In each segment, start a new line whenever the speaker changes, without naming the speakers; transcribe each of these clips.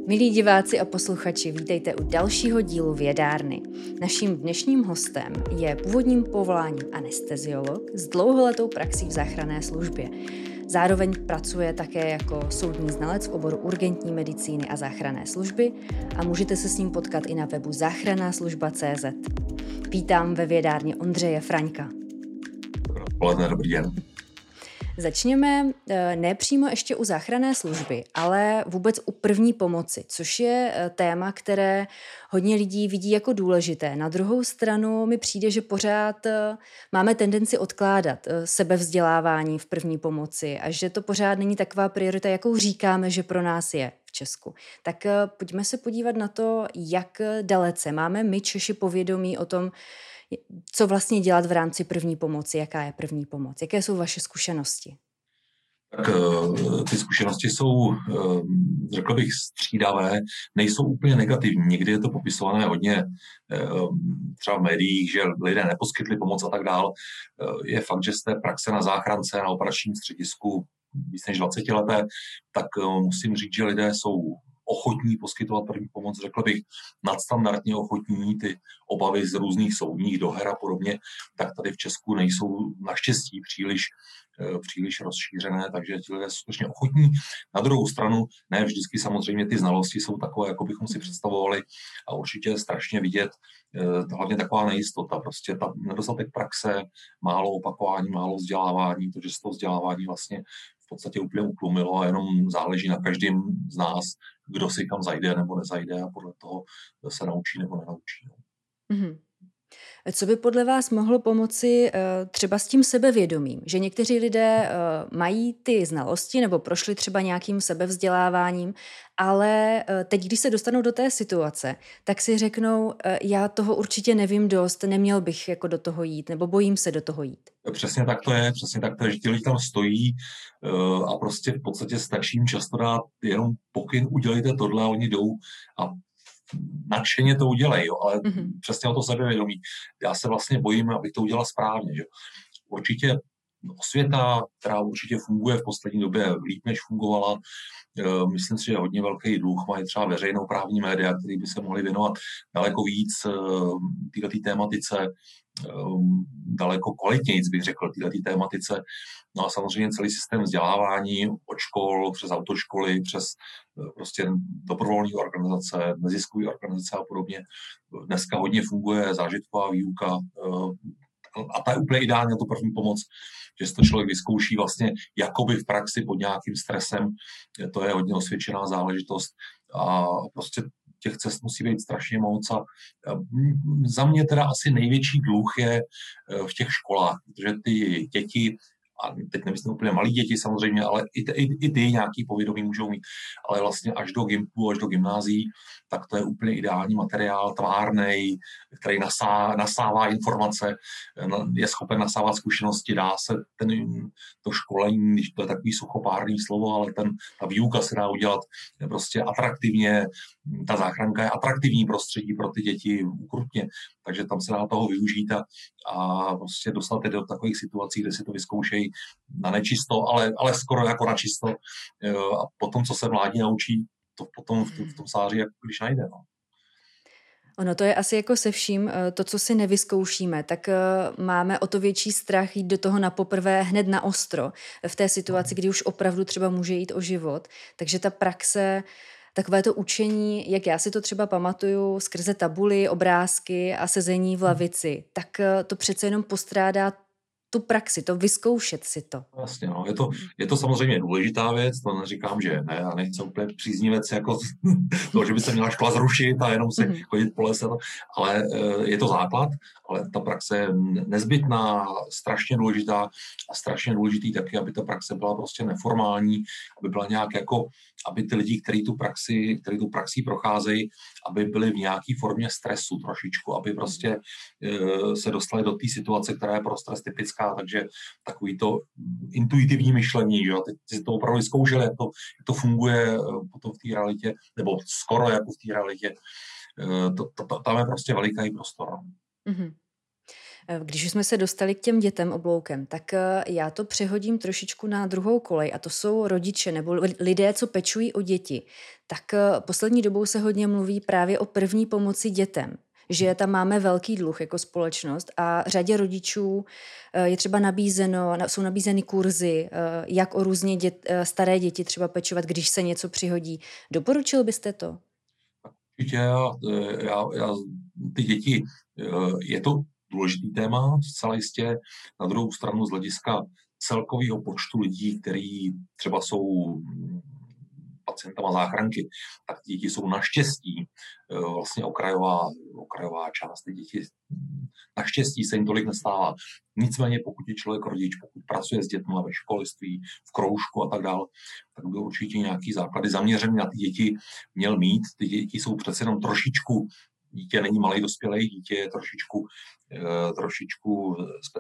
Milí diváci a posluchači, vítejte u dalšího dílu Vědárny. Naším dnešním hostem je původním povoláním anesteziolog s dlouholetou praxí v záchranné službě. Zároveň pracuje také jako soudní znalec v oboru urgentní medicíny a záchranné služby a můžete se s ním potkat i na webu záchrannáslužba.cz. Vítám ve Vědárně Ondřeje Fraňka.
Dobrý den.
Začněme ne přímo ještě u záchranné služby, ale vůbec u první pomoci, což je téma, které hodně lidí vidí jako důležité. Na druhou stranu mi přijde, že pořád máme tendenci odkládat sebevzdělávání v první pomoci a že to pořád není taková priorita, jakou říkáme, že pro nás je v Česku. Tak pojďme se podívat na to, jak dalece máme my Češi povědomí o tom, co vlastně dělat v rámci první pomoci, jaká je první pomoc, jaké jsou vaše zkušenosti?
Tak ty zkušenosti jsou, řekl bych, střídavé, nejsou úplně negativní. Někdy je to popisované hodně třeba v médiích, že lidé neposkytli pomoc a tak dál. Je fakt, že z té praxe na záchrance, na operačním středisku víc než 20 leté, tak musím říct, že lidé jsou ochotní poskytovat první pomoc, řekl bych, nadstandardně ochotní, ty obavy z různých soudních doher a podobně, tak tady v Česku nejsou naštěstí příliš rozšířené, takže ti lidé jsou skutečně ochotní. Na druhou stranu, ne vždycky samozřejmě ty znalosti jsou takové, jako bychom si představovali a určitě je strašně vidět hlavně taková nejistota, prostě ta nedostatek praxe, málo opakování, málo vzdělávání, to, že se to vzdělávání vlastně v podstatě úplně utlumilo a jenom záleží na každém z nás, kdo si kam zajde nebo nezajde a podle toho se naučí nebo nenaučí.
Mm-hmm. Co by podle vás mohlo pomoci třeba s tím sebevědomím? Že někteří lidé mají ty znalosti nebo prošli třeba nějakým sebevzděláváním, ale teď, když se dostanou do té situace, tak si řeknou, já toho určitě nevím dost, neměl bych jako do toho jít, nebo bojím se do toho jít.
Přesně tak to je, že ti lidi tam stojí a prostě v podstatě stačí jim často dát jenom pokyn, udělejte tohle a oni jdou a nadšeně to udělej, jo, ale přesně o to sebevědomí. Já se vlastně bojím, abych to udělal správně. Že? Určitě osvěta, která určitě funguje v poslední době líp, než fungovala. Myslím si, že hodně velký dluh mají třeba veřejnoprávní média, který by se mohli věnovat daleko víc této tématice, daleko kvalitnějc, bych řekl, této tématice. No a samozřejmě celý systém vzdělávání od škol, přes autoškoly, přes prostě dobrovolné organizace, neziskové organizace a podobně. Dneska hodně funguje zážitková výuka a ta je úplně ideální na tu první pomoc, že si to člověk vyzkouší vlastně jakoby v praxi pod nějakým stresem. To je hodně osvědčená záležitost a prostě těch cest musí být strašně moc a za mě teda asi největší dluh je v těch školách, protože ty děti, a teď nemyslím úplně malí děti samozřejmě, ale i ty nějaký povědomí můžou mít, ale vlastně až do gimplu, až do gymnázií, tak to je úplně ideální materiál, tvárnej, který nasává informace, je schopen nasávat zkušenosti, dá se to školení, když to je takový suchopárný slovo, ale ta výuka se dá udělat prostě atraktivně, ta záchranka je atraktivní prostředí pro ty děti ukrutně, takže tam se dá toho využít a prostě dostat je do takových situací, kde si to vyzkoušejí na nečisto, ale skoro jako na čisto a potom, co se mládí naučí, to potom v tom sáří, jako když najde. No.
Ono to je asi jako se vším, to, co si nevyzkoušíme, tak máme o to větší strach jít do toho na poprvé hned na ostro v té situaci, kdy už opravdu třeba může jít o život. Takže ta praxe, takové to učení, jak já si to třeba pamatuju skrze tabuly, obrázky a sezení v lavici, tak to přece jenom postrádá tu praxi, to vyzkoušet si to.
Vlastně, no. Je to samozřejmě důležitá věc, to neříkám, že ne, a nejsem úplně příznivec jako toho, že by se měla škola zrušit a jenom se chodit po lese, ale je to základ, ale ta praxe je nezbytná, strašně důležitá a strašně důležitý taky, aby ta praxe byla prostě neformální, aby byla nějak jako, aby ty lidi, kteří tu praxi procházejí, aby byli v nějaké formě stresu trošičku, aby prostě se dostali do té situace, která je pro stres typická, takže takový to intuitivní myšlení, že jo, teď si to opravdu zkoušeli, jak to funguje potom v té realitě, nebo skoro jako v té realitě, tam je prostě veliký prostor.
Mm-hmm. Když už jsme se dostali k těm dětem obloukem, tak já to přehodím trošičku na druhou kolej a to jsou rodiče nebo lidé, co pečují o děti. Tak poslední dobou se hodně mluví právě o první pomoci dětem, že tam máme velký dluh jako společnost a řadě rodičů je třeba jsou nabízeny kurzy, jak o různě staré děti třeba pečovat, když se něco přihodí. Doporučil byste to?
Určitě já ty děti, je to důležitý téma, zcela jistě. Na druhou stranu z hlediska celkového počtu lidí, kteří třeba jsou pacientama záchranky, tak děti jsou naštěstí vlastně okrajová část. Ty děti naštěstí se jim tolik nestává. Nicméně pokud je člověk rodič, pokud pracuje s dětmi ve školství, v kroužku a tak dále, tak by určitě nějaký základy zaměřený na ty děti měl mít. Ty děti jsou přece jenom trošičku, dítě není malý dospělý, dítě je trošičku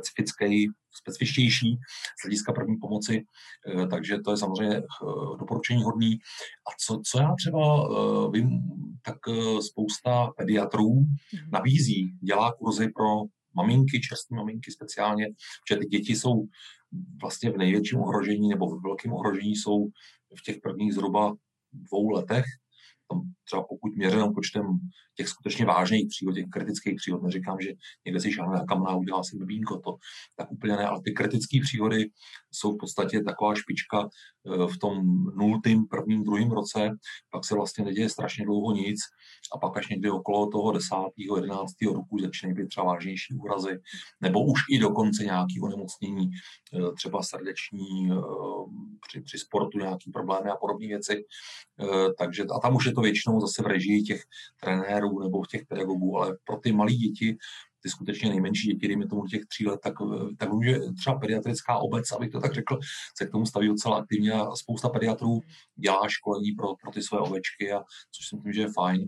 specifičtější z hlediska první pomoci, takže to je samozřejmě doporučení hodný. A co já třeba vím, tak spousta pediatrů nabízí, dělá kurzy pro maminky, čerstvé maminky speciálně, že ty děti jsou vlastně v největším ohrožení nebo v velkém ohrožení jsou v těch prvních zhruba 2 letech. Tam třeba pokud měřeným počtem těch skutečně vážných příhod, těch kritických příhod, neříkám, že někde si šáhne na kamna a udělá si bebínko, to tak úplně ne, ale ty kritické příhody jsou v podstatě taková špička v tom 0., 1., 2. roce, pak se vlastně neděje strašně dlouho nic a pak až někdy okolo toho 10., 11. roku začínají být třeba vážnější úrazy, nebo už i dokonce nějaké onemocnění, třeba srdeční, při sportu nějaký problémy a podobné věci. Takže a tam už je to většinou zase v režii těch trenérů nebo těch pedagogů, ale pro ty malé děti, ty skutečně nejmenší děti, dejme tomu těch 3 let, tak může třeba pediatrická obec, abych to tak řekl, se k tomu staví docela aktivně a spousta pediatrů dělá školení pro ty své ovečky, a což si myslím, že je fajn.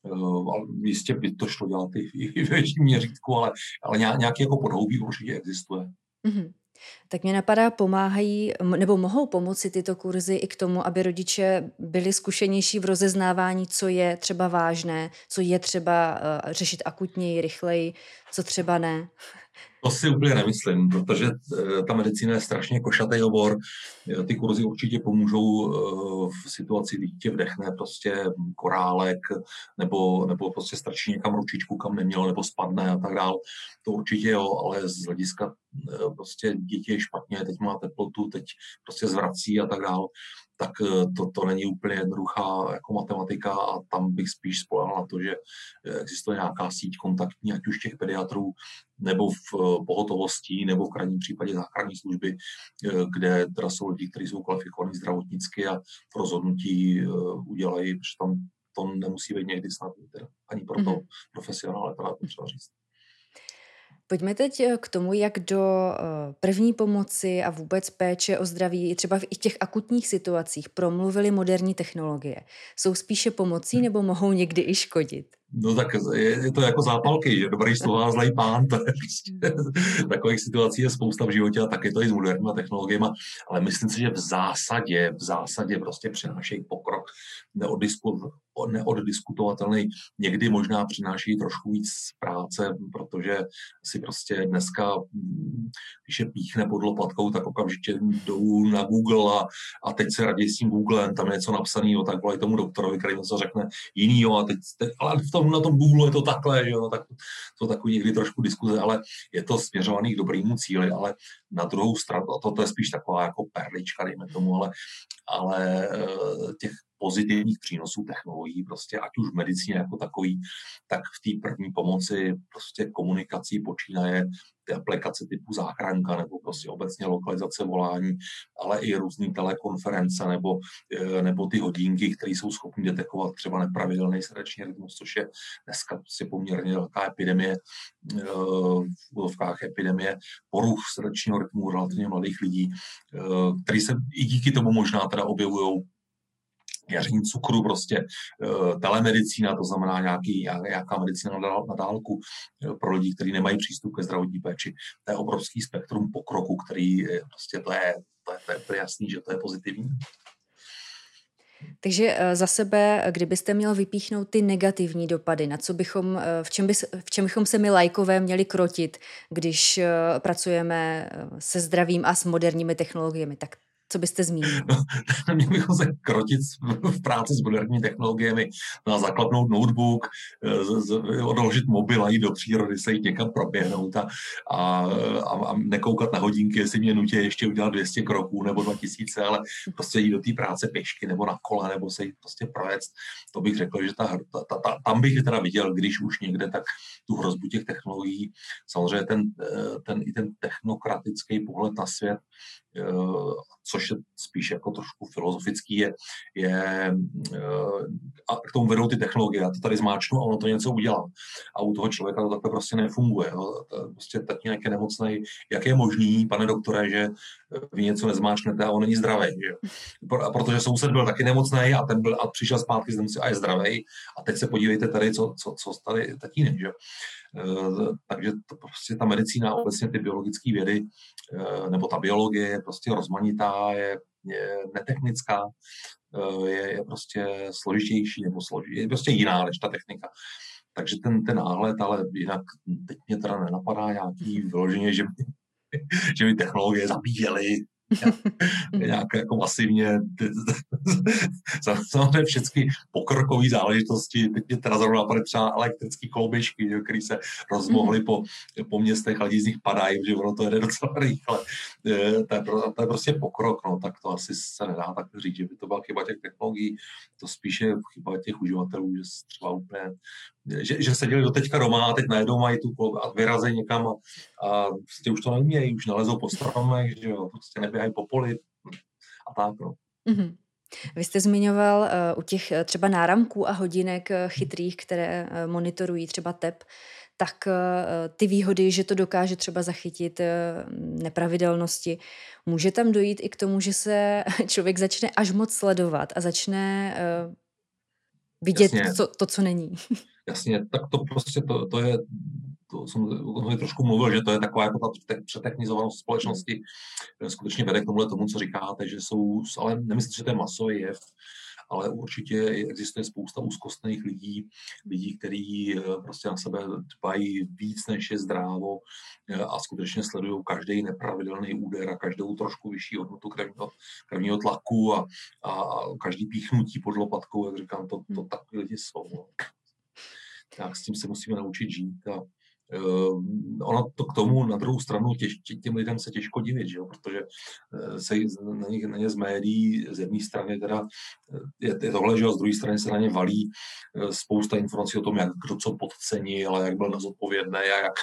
Jistě by to šlo dělat i ve větším měřítku, ale nějaký jako podhoubí určitě existuje.
Mm-hmm. Tak mě napadá, pomáhají nebo mohou pomoci tyto kurzy i k tomu, aby rodiče byli zkušenější v rozeznávání, co je třeba vážné, co je třeba řešit akutněji, rychleji, co třeba ne.
To si úplně nemyslím, protože ta medicína je strašně košatý obor. Ty kurzy určitě pomůžou v situaci, kdy dítě vdechne prostě korálek nebo prostě strčí někam ručičku, kam nemělo, nebo spadne a tak dále. To určitě jo, ale z hlediska prostě dítě je špatně, teď má teplotu, teď prostě zvrací a tak dále, tak to není úplně jednoduchá jako matematika a tam bych spíš spoléhal na to, že existuje nějaká síť kontaktní, ať už těch pediatrů, nebo v pohotovosti, nebo v krajním případě záchranné služby, kde teda jsou lidi, kteří jsou kvalifikovaní zdravotnicky a v rozhodnutí udělají, protože tam to nemusí být někdy snadné, teda ani pro to profesionále, teda to třeba říct.
Pojďme teď k tomu, jak do první pomoci a vůbec péče o zdraví, třeba i v těch akutních situacích, promluvily moderní technologie. Jsou spíše pomocí nebo mohou někdy i škodit?
No tak je to jako zápalky, že dobrý slova, zlej pán, to je prostě, takových situací je spousta v životě a taky to i s moderníma technologiemi, ale myslím si, že v zásadě prostě přinášejí pokrok neoddiskutovatelný. Někdy možná přináší trošku víc práce, protože si prostě dneska, když je píchne pod lopatkou, tak okamžitě jdou na Google a teď se raději s tím Googlem, tam je něco napsaného, tak volají tomu doktorovi, který něco řekne jinýho a teď ale na tom Google je to takhle, že jo, tak to takový někdy trošku diskuze, ale je to směřovaný k dobrýmu cíli, ale na druhou stranu, a to je spíš taková jako perlička, dejme tomu, ale těch pozitivních přínosů technologií, prostě ať už v medicíně jako takový, tak v té první pomoci prostě komunikací počínaje ty aplikace typu záchranka nebo prostě obecně lokalizace volání, ale i různý telekonference nebo ty hodinky, které jsou schopny detekovat třeba nepravidelný srdeční rytmus, což je dneska prostě poměrně velká epidemie, v úvodovkách epidemie poruch srdečního rytmu relativně mladých lidí, který se i díky tomu možná teda objevujou měření cukru, prostě telemedicína, to znamená nějaká medicína na dálku pro lidi, kteří nemají přístup ke zdravotní péči. To je obrovský spektrum pokroku, který prostě to je jasný, že to je pozitivní.
Takže za sebe, kdybyste měl vypíchnout ty negativní dopady, na co bychom, v čem bychom se my laikové měli krotit, když pracujeme se zdravím a s moderními technologiemi, tak co byste zmínil?
No, měli bychom se krotit v práci s moderními technologiemi, zaklapnout notebook, odložit mobil a jít do přírody, se jít někam proběhnout a nekoukat na hodinky, jestli mě nutí ještě udělat 200 kroků nebo 2000, ale prostě jít do té práce pěšky nebo na kole nebo se jít prostě projet. To bych řekl, že tam bych teda viděl, když už někde, tak tu hrozbu těch technologií. Samozřejmě ten technokratický pohled na svět, což je spíš jako trošku filozofický, a k tomu vedou ty technologie. Já to tady zmáčknu a ono to něco udělá. A u toho člověka to takhle prostě nefunguje. Jo. Prostě tatínek je nemocnej. Jak je možný, pane doktore, že vy něco nezmáčknete a on není zdravý? Že? A protože soused byl taky nemocnej a přišel zpátky z nemocnice a je zdravý. A teď se podívejte tady, co tady tatínek. Že? Takže to prostě ta medicína, obecně ty biologické vědy, nebo ta biologie je prostě rozmanitá, je netechnická, je prostě složitější, je prostě jiná než ta technika. Takže ten náhled, ale jinak teď mě teda nenapadá nějaký vyloženě, že by technologie zabíjely nějak jako masivně. Samozřejmě všechny pokrokové záležitosti, teď mě teda zrovna napadaly třeba elektrické koloběžky, které se rozmohly po městech a lidi z nich padají, že ono to jede docela rychle. To je prostě pokrok, no, tak to asi se nedá tak říct, že by to byla chyba těch technologií, to spíše chyba těch uživatelů, že třeba úplně že seděli doteďka doma a teď najednou mají tu a vyrazejí někam a prostě už to neumějí, už nalezou po stromech, že jo, prostě neběhají po poli a tak, no.
Mm-hmm. Vy jste zmiňoval u těch třeba náramků a hodinek chytrých, které monitorují třeba tep, tak ty výhody, že to dokáže třeba zachytit nepravidelnosti, může tam dojít i k tomu, že se člověk začne až moc sledovat a začne vidět to, co není.
Jasně, tak to prostě to je, to jsem trošku mluvil, že to je taková jako ta přetechnizovanost společnosti, skutečně vede k tomu, co říkáte, že jsou, ale nemyslím, že to je masový jev, ale určitě existuje spousta úzkostných lidí, kteří prostě na sebe dbají víc, než je zdrávo a skutečně sledují každý nepravidelný úder a každou trošku vyšší hodnotu krevního tlaku a každý píchnutí pod lopatkou, jak říkám, to takový lidi jsou. No. Tak s tím se musíme naučit žít a ono to k tomu na druhou stranu těm lidem se těžko divit, že jo? Protože se na ně z médií z jedné strany teda je tohle, že jo, z druhé strany se na ně valí spousta informací o tom, jak kdo co podcenil, jak byl nezodpovědný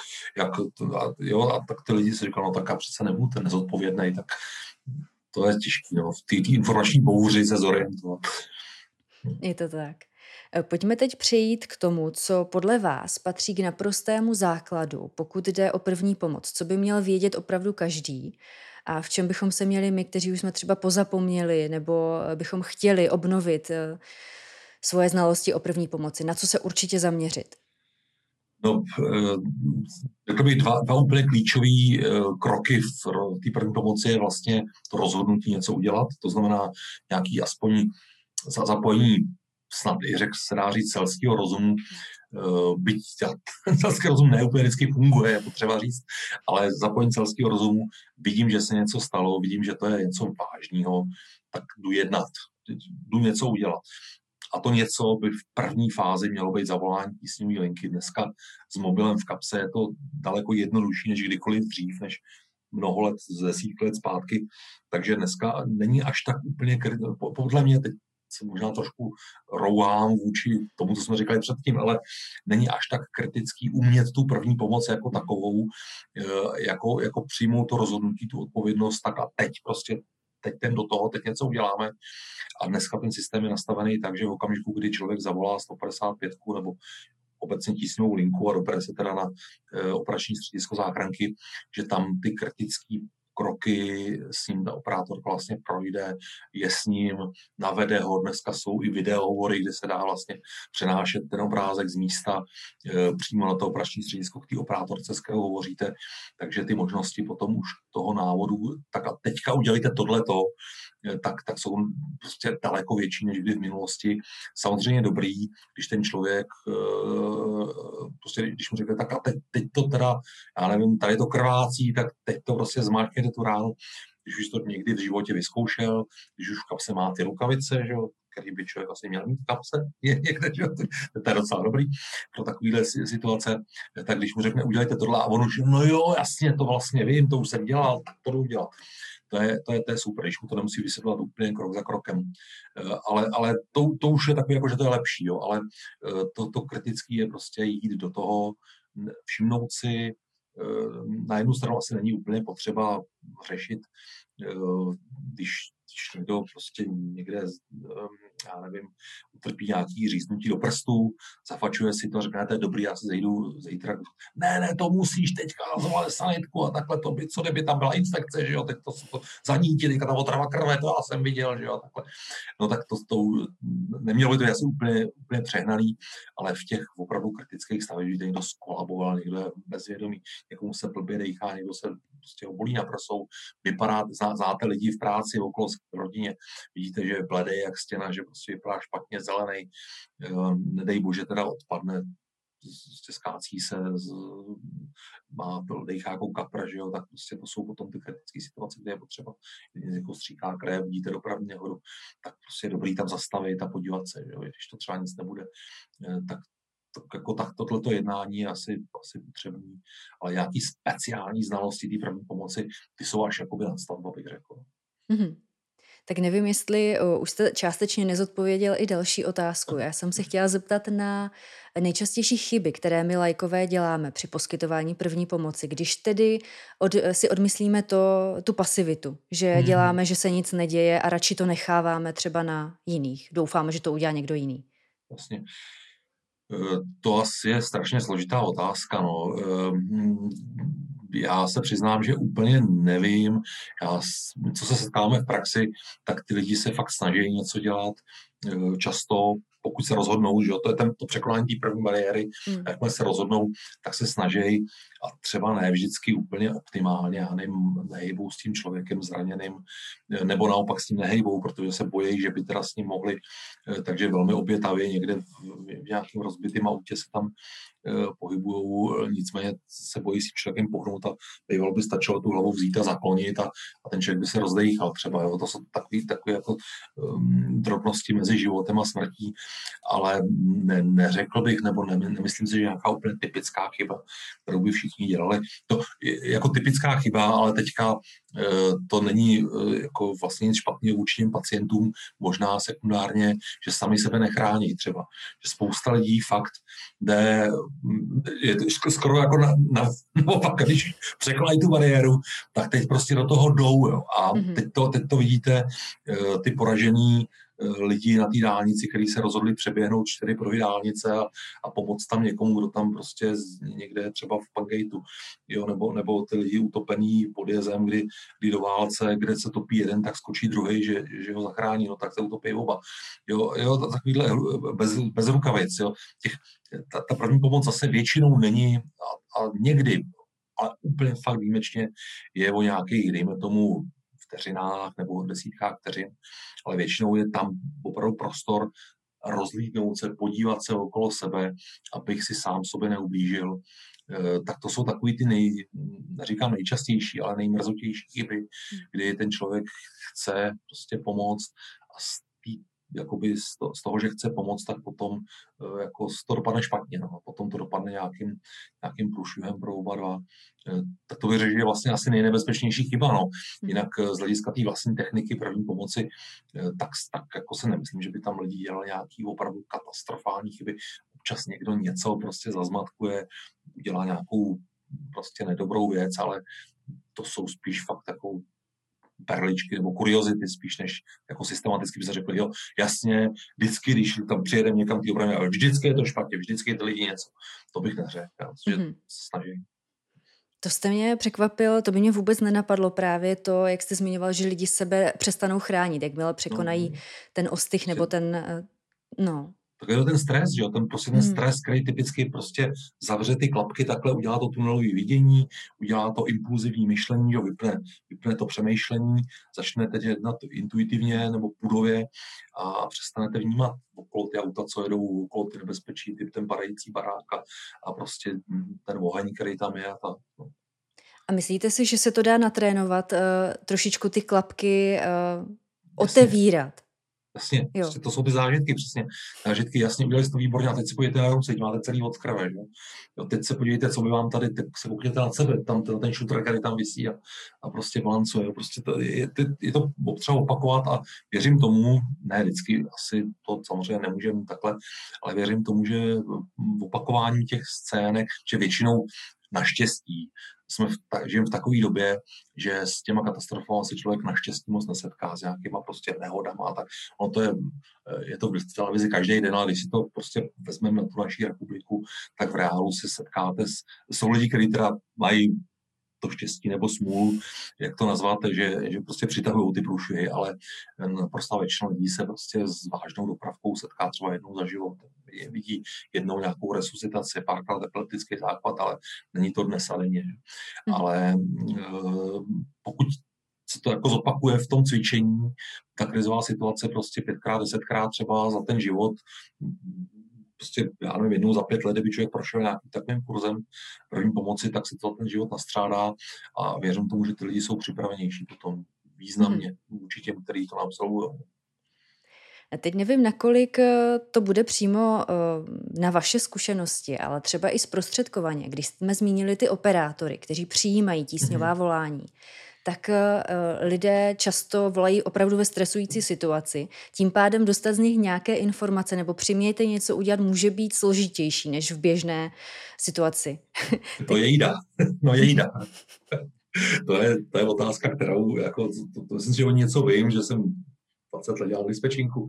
a tak ty lidi si říkali, no tak já přece nebudu ten nezodpovědný, tak to je těžké, no, v té informační bouři se zorientovat.
Je to tak. Pojďme teď přejít k tomu, co podle vás patří k naprostému základu, pokud jde o první pomoc. Co by měl vědět opravdu každý a v čem bychom se měli my, kteří už jsme třeba pozapomněli nebo bychom chtěli obnovit svoje znalosti o první pomoci. Na co se určitě zaměřit?
No, řekl bych dva úplně klíčové kroky v té první pomoci je vlastně to rozhodnutí něco udělat, to znamená nějaký aspoň zapojení snad i se dá říct selského rozumu, byť selský rozum ne úplně vždycky funguje, je potřeba říct, ale zapojení selského rozumu, vidím, že se něco stalo, vidím, že to je něco vážného, tak jdu jednat, jdu něco udělat. A to něco by v první fázi mělo být zavolání tísňové linky. Dneska s mobilem v kapse je to daleko jednodušší než kdykoliv dřív, než mnoho let, desítky let zpátky. Takže dneska není až tak úplně, podle mě teď se možná trošku rouhám vůči tomu, co jsme říkali předtím, ale není až tak kritický umět tu první pomoc jako takovou, jako přijmout to rozhodnutí, tu odpovědnost, tak a teď jdem do toho, teď něco uděláme. A dneska ten systém je nastavený tak, že v okamžiku, kdy člověk zavolá 155 nebo obecně tísňovou linku a dobere se teda na operační středisko záchranky, že tam ty kritické kroky s ním ta operátorka vlastně projde, je s ním, navede ho. Dneska jsou i videohovory, kde se dá vlastně přenášet ten obrázek z místa přímo na to operační středisko k té operátorce, s kterou hovoříte. Takže ty možnosti potom už toho návodu, tak a teďka udělejte tohleto, tak jsou prostě daleko větší než kdy v minulosti. Samozřejmě dobrý, když ten člověk, prostě když mu řekne, tak a teď to teda, já nevím, tady to krvácí, tak teď to prostě zmáčkněte tu ránu. Když už to někdy v životě vyzkoušel, když už v kapse má ty rukavice, že jo, který by člověk asi měl mít v kapse, někde, že jo, to je docela dobrý pro takovýhle situace, tak když mu řekne, udělejte tohle a on už, no jo, jasně, to vlastně vím, to už jsem dělal, tak to jdu udělat. To je super, když mu to nemusí vysvětlovat úplně krok za krokem. Ale to už je takový, jako, že to je lepší, jo, ale to kritické je prostě jít do toho, všimnout si, na jednu stranu asi není úplně potřeba řešit, když někdo prostě někde, já nevím, utrpí nějaký říznutí do prstů, zafačuje si to, řekne, to je dobrý, já se zejdu zítra. Ne, to musíš teďka zavolat sanitku a takhle to by, co kdyby tam byla infekce, že jo, teď to zanítí, teďka ta otrava krve, to já jsem viděl, že jo, takhle. No tak to nemělo by to asi úplně přehnaný, ale v těch opravdu kritických stavech, že někdo skolaboval, někdo je bezvědomý, někomu se blbě dejchá, někdo se prostě obolí na prsou, vypadá, znáte lidi v práci okolo v rodině, vidíte, že je bledej jak stěna, že prostě vypadá špatně zelený, nedej bože teda odpadne, prostě skácí se, má dejchá jako kapra, že jo, tak prostě to jsou potom ty kritické situace, kde je potřeba, když jako stříká krev, vidíte dopravní nehodu, tak prostě je dobrý tam zastavit a podívat se, že jo, když to třeba nic nebude, tak tohleto jednání je asi potřebný, ale nějaký speciální znalosti té první pomoci, ty jsou až jakoby nadstavba, bych řekl.
Mm-hmm. Tak nevím, jestli už jste částečně nezodpověděl i další otázku. Já jsem se chtěla zeptat na nejčastější chyby, které my laikové děláme při poskytování první pomoci, když tedy si odmyslíme tu pasivitu, že děláme, že se nic neděje a radši to necháváme třeba na jiných. Doufáme, že to udělá někdo jiný.
Vlastně. To asi je strašně složitá otázka. No. Já se přiznám, že úplně nevím. Co se setkáváme v praxi, tak ty lidi se fakt snaží něco dělat. Často, pokud se rozhodnou, že to je to překonání té první bariéry, jakmile se rozhodnou, tak se snaží a třeba ne vždycky úplně optimálně, já nehejbou s tím člověkem zraněným, nebo naopak s tím nehejbou, protože se bojí, že by teda s ním mohli, takže velmi obětavě někde v nějakém rozbitém autě se tam pohybujou, nicméně se bojí s tím člověkem pohnout a bývalo by stačilo tu hlavu vzít a zaklonit a ten člověk by se rozdejchal třeba. Jo. To jsou takové jako drobnosti mezi životem a smrtí, ale neřekl bych, nebo nemyslím si, že nějaká úplně typická chyba, kterou by všichni dělali. To je jako typická chyba, ale teďka to není jako vlastně nic špatného vůči těm pacientům, možná sekundárně, že sami sebe nechrání třeba. Že spousta lidí fakt je skoro jako naopak, když překonají tu bariéru, tak teď prostě do toho jdou. Jo. A teď to vidíte, ty poražený lidi na té dálnici, kteří se rozhodli přeběhnout 4 pruhy dálnice a pomoct tam někomu, kdo tam prostě někde třeba v Pangejtu, jo, nebo ty lidi utopený pod jezem, kdy do válce, kde se topí jeden, tak skočí druhý, že ho zachrání, no tak se utopí oba. Jo, takovýhle bez rukavic, jo. Ta první pomoc zase většinou není a někdy, ale úplně fakt výjimečně je o nějakých, dejme tomu, vteřinách nebo desítkách vteřin, ale většinou je tam opravdu prostor rozlídnout se, podívat se okolo sebe, abych si sám sobě neublížil. Tak to jsou takový ty neříkám nejčastější, ale nejmrzutější chyby, kdy ten člověk chce prostě pomoct a jakoby z toho, že chce pomoct, tak potom jako to dopadne špatně. No. A potom to dopadne nějakým průšvihem pro oba dva. Tak to bych řekl, že je vlastně asi nejnebezpečnější chyba. No. Jinak z hlediska té vlastní techniky první pomoci, tak jako se nemyslím, že by tam lidi dělali nějaký opravdu katastrofální chyby. Občas někdo něco prostě zazmatkuje, udělá nějakou prostě nedobrou věc, ale to jsou spíš fakt takovou perličky nebo kuriozity spíš, než jako systematicky by se řekl, jo, jasně, vždycky, když tam přijedeme někam ty obrany, ale vždycky je to špatně, vždycky je to lidi něco. To bych neřekl, že se snaží.
To jste mě překvapil, to by mě vůbec nenapadlo právě to, jak jste zmiňoval, že lidi sebe přestanou chránit, jakmile překonají ten ostych nebo ten, no.
Tak je to ten stres, že jo, ten stres, který typicky prostě zavře ty klapky takhle, udělá to tunelové vidění, udělá to impulzivní myšlení, že vypne to přemýšlení, začnete jednat intuitivně nebo pudově a přestanete vnímat okolo ty auta, co jedou, okolo ty nebezpečí, typ ten padající barák a prostě ten oheň, který tam je. No.
A myslíte si, že se to dá natrénovat, trošičku ty klapky otevírat?
Jasně, prostě to jsou ty zážitky, přesně. Zážitky, jasně, udělali jste to výborně a teď se podívejte na ruce, máte celý od krve, že? Jo, teď se podívejte, co by vám tady, tak se koukněte na sebe, tam ten šutr, který tam visí a prostě balancuje. Jo. Prostě je to potřeba opakovat a věřím tomu, ne vždycky, asi to samozřejmě nemůžeme takhle, ale věřím tomu, že v opakování těch scének, že většinou naštěstí žijeme v takové době, že s těma katastrofami se člověk naštěstí moc nesetká s nějakýma prostě nehodama a tak. Ono je to v televizi každý den, ale když si to prostě vezmeme na tu naší republiku, tak v reálu se setkáte jsou lidi, kteří teda mají to štěstí nebo smůlu, jak to nazváte, že prostě přitahují ty průšvihy, ale prostá většina lidí se prostě s vážnou dopravkou setká třeba jednou za život. Vidí jednou nějakou resuscitaci, párkrát epileptický záchvat, ale není to dnes a denně. Ale pokud se to jako zopakuje v tom cvičení, ta krizová situace prostě 5x, 10x třeba za ten život, prostě, já nevím, jednou za 5 let, kdyby člověk prošel nějakým takovým kurzem první pomoci, tak se to ten život nastřádá a věřím tomu, že ty lidi jsou připravenější potom významně vůči těm, kteří to absolvují.
A teď nevím, nakolik to bude přímo na vaše zkušenosti, ale třeba i zprostředkovaně, když jsme zmínili ty operátory, kteří přijímají tísňová volání, tak lidé často volají opravdu ve stresující situaci. Tím pádem dostat z nich nějaké informace nebo přimějte něco udělat může být složitější než v běžné situaci.
To je jída. No je jída. To je otázka, kterou jako, to myslím, že o něco vím, že jsem 20 let dělal dispečinku,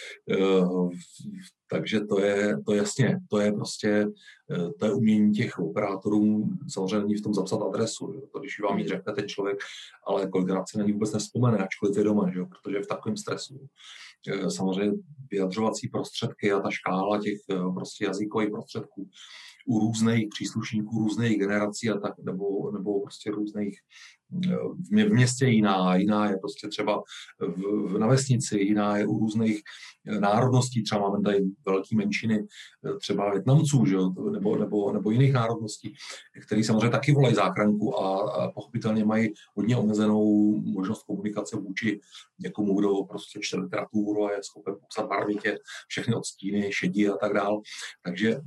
takže to je jasně, to je prostě to je umění těch operátorů, samozřejmě není v tom zapsat adresu, jo. To když vám ji řekne ten člověk, ale kolikrát si na ní vůbec nevzpomene, ačkoliv je doma, že jo, protože je v takovém stresu. Samozřejmě vyjadřovací prostředky a ta škála těch prostě jazykových prostředků u různých příslušníků, různých generací a tak, nebo prostě různých v městě jiná je prostě třeba na vesnici, jiná je u různých národností, třeba máme tady velké menšiny, třeba Vietnamců, že? Nebo jiných národností, který samozřejmě taky volají záchranku a pochopitelně mají hodně omezenou možnost komunikace vůči někomu, kdo prostě čte literaturu a je schopen popsat barvitě všechny odstíny, šedí a tak dál. Takže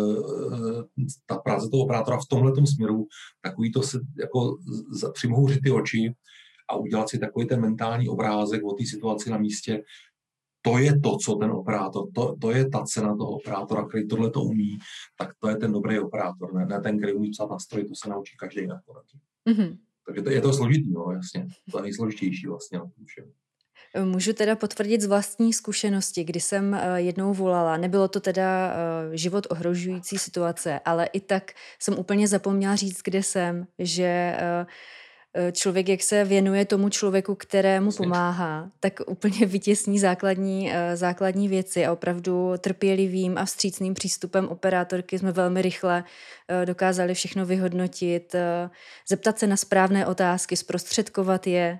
ta práce toho operátora v tomhletom směru, takový to se jako přimhouřit ty oči a udělat si takový ten mentální obrázek o té situaci na místě, to je to, co ten operátor, to je ta cena toho operátora, který tohle to umí, tak to je ten dobrý operátor, ne ten, který umí psát na stroji, to se naučí každý nakonec. Takže je to složitý, no, jasně. To je nejsložitější vlastně na tom všem.
Můžu teda potvrdit z vlastní zkušenosti, kdy jsem jednou volala. Nebylo to teda život ohrožující situace, ale i tak jsem úplně zapomněla říct, kde jsem, že člověk, jak se věnuje tomu člověku, kterému pomáhá, tak úplně vytěsní základní věci a opravdu trpělivým a vstřícným přístupem operátorky jsme velmi rychle dokázali všechno vyhodnotit, zeptat se na správné otázky, zprostředkovat je.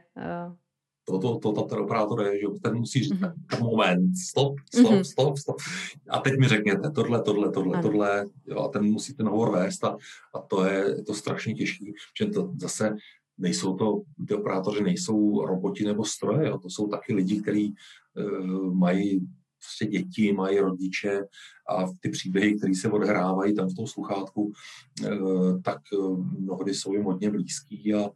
To ten operátor je, že ten musí říct, moment, stop. A teď mi řekněte tohle, jo, a ten musí ten hovor vést a to je to strašně těžký, že to zase ty operátoři nejsou roboti nebo stroje, jo, to jsou taky lidi, kteří mají prostě děti, mají rodiče a ty příběhy, které se odhrávají tam v tom sluchátku, tak mnohdy jsou jim hodně blízký a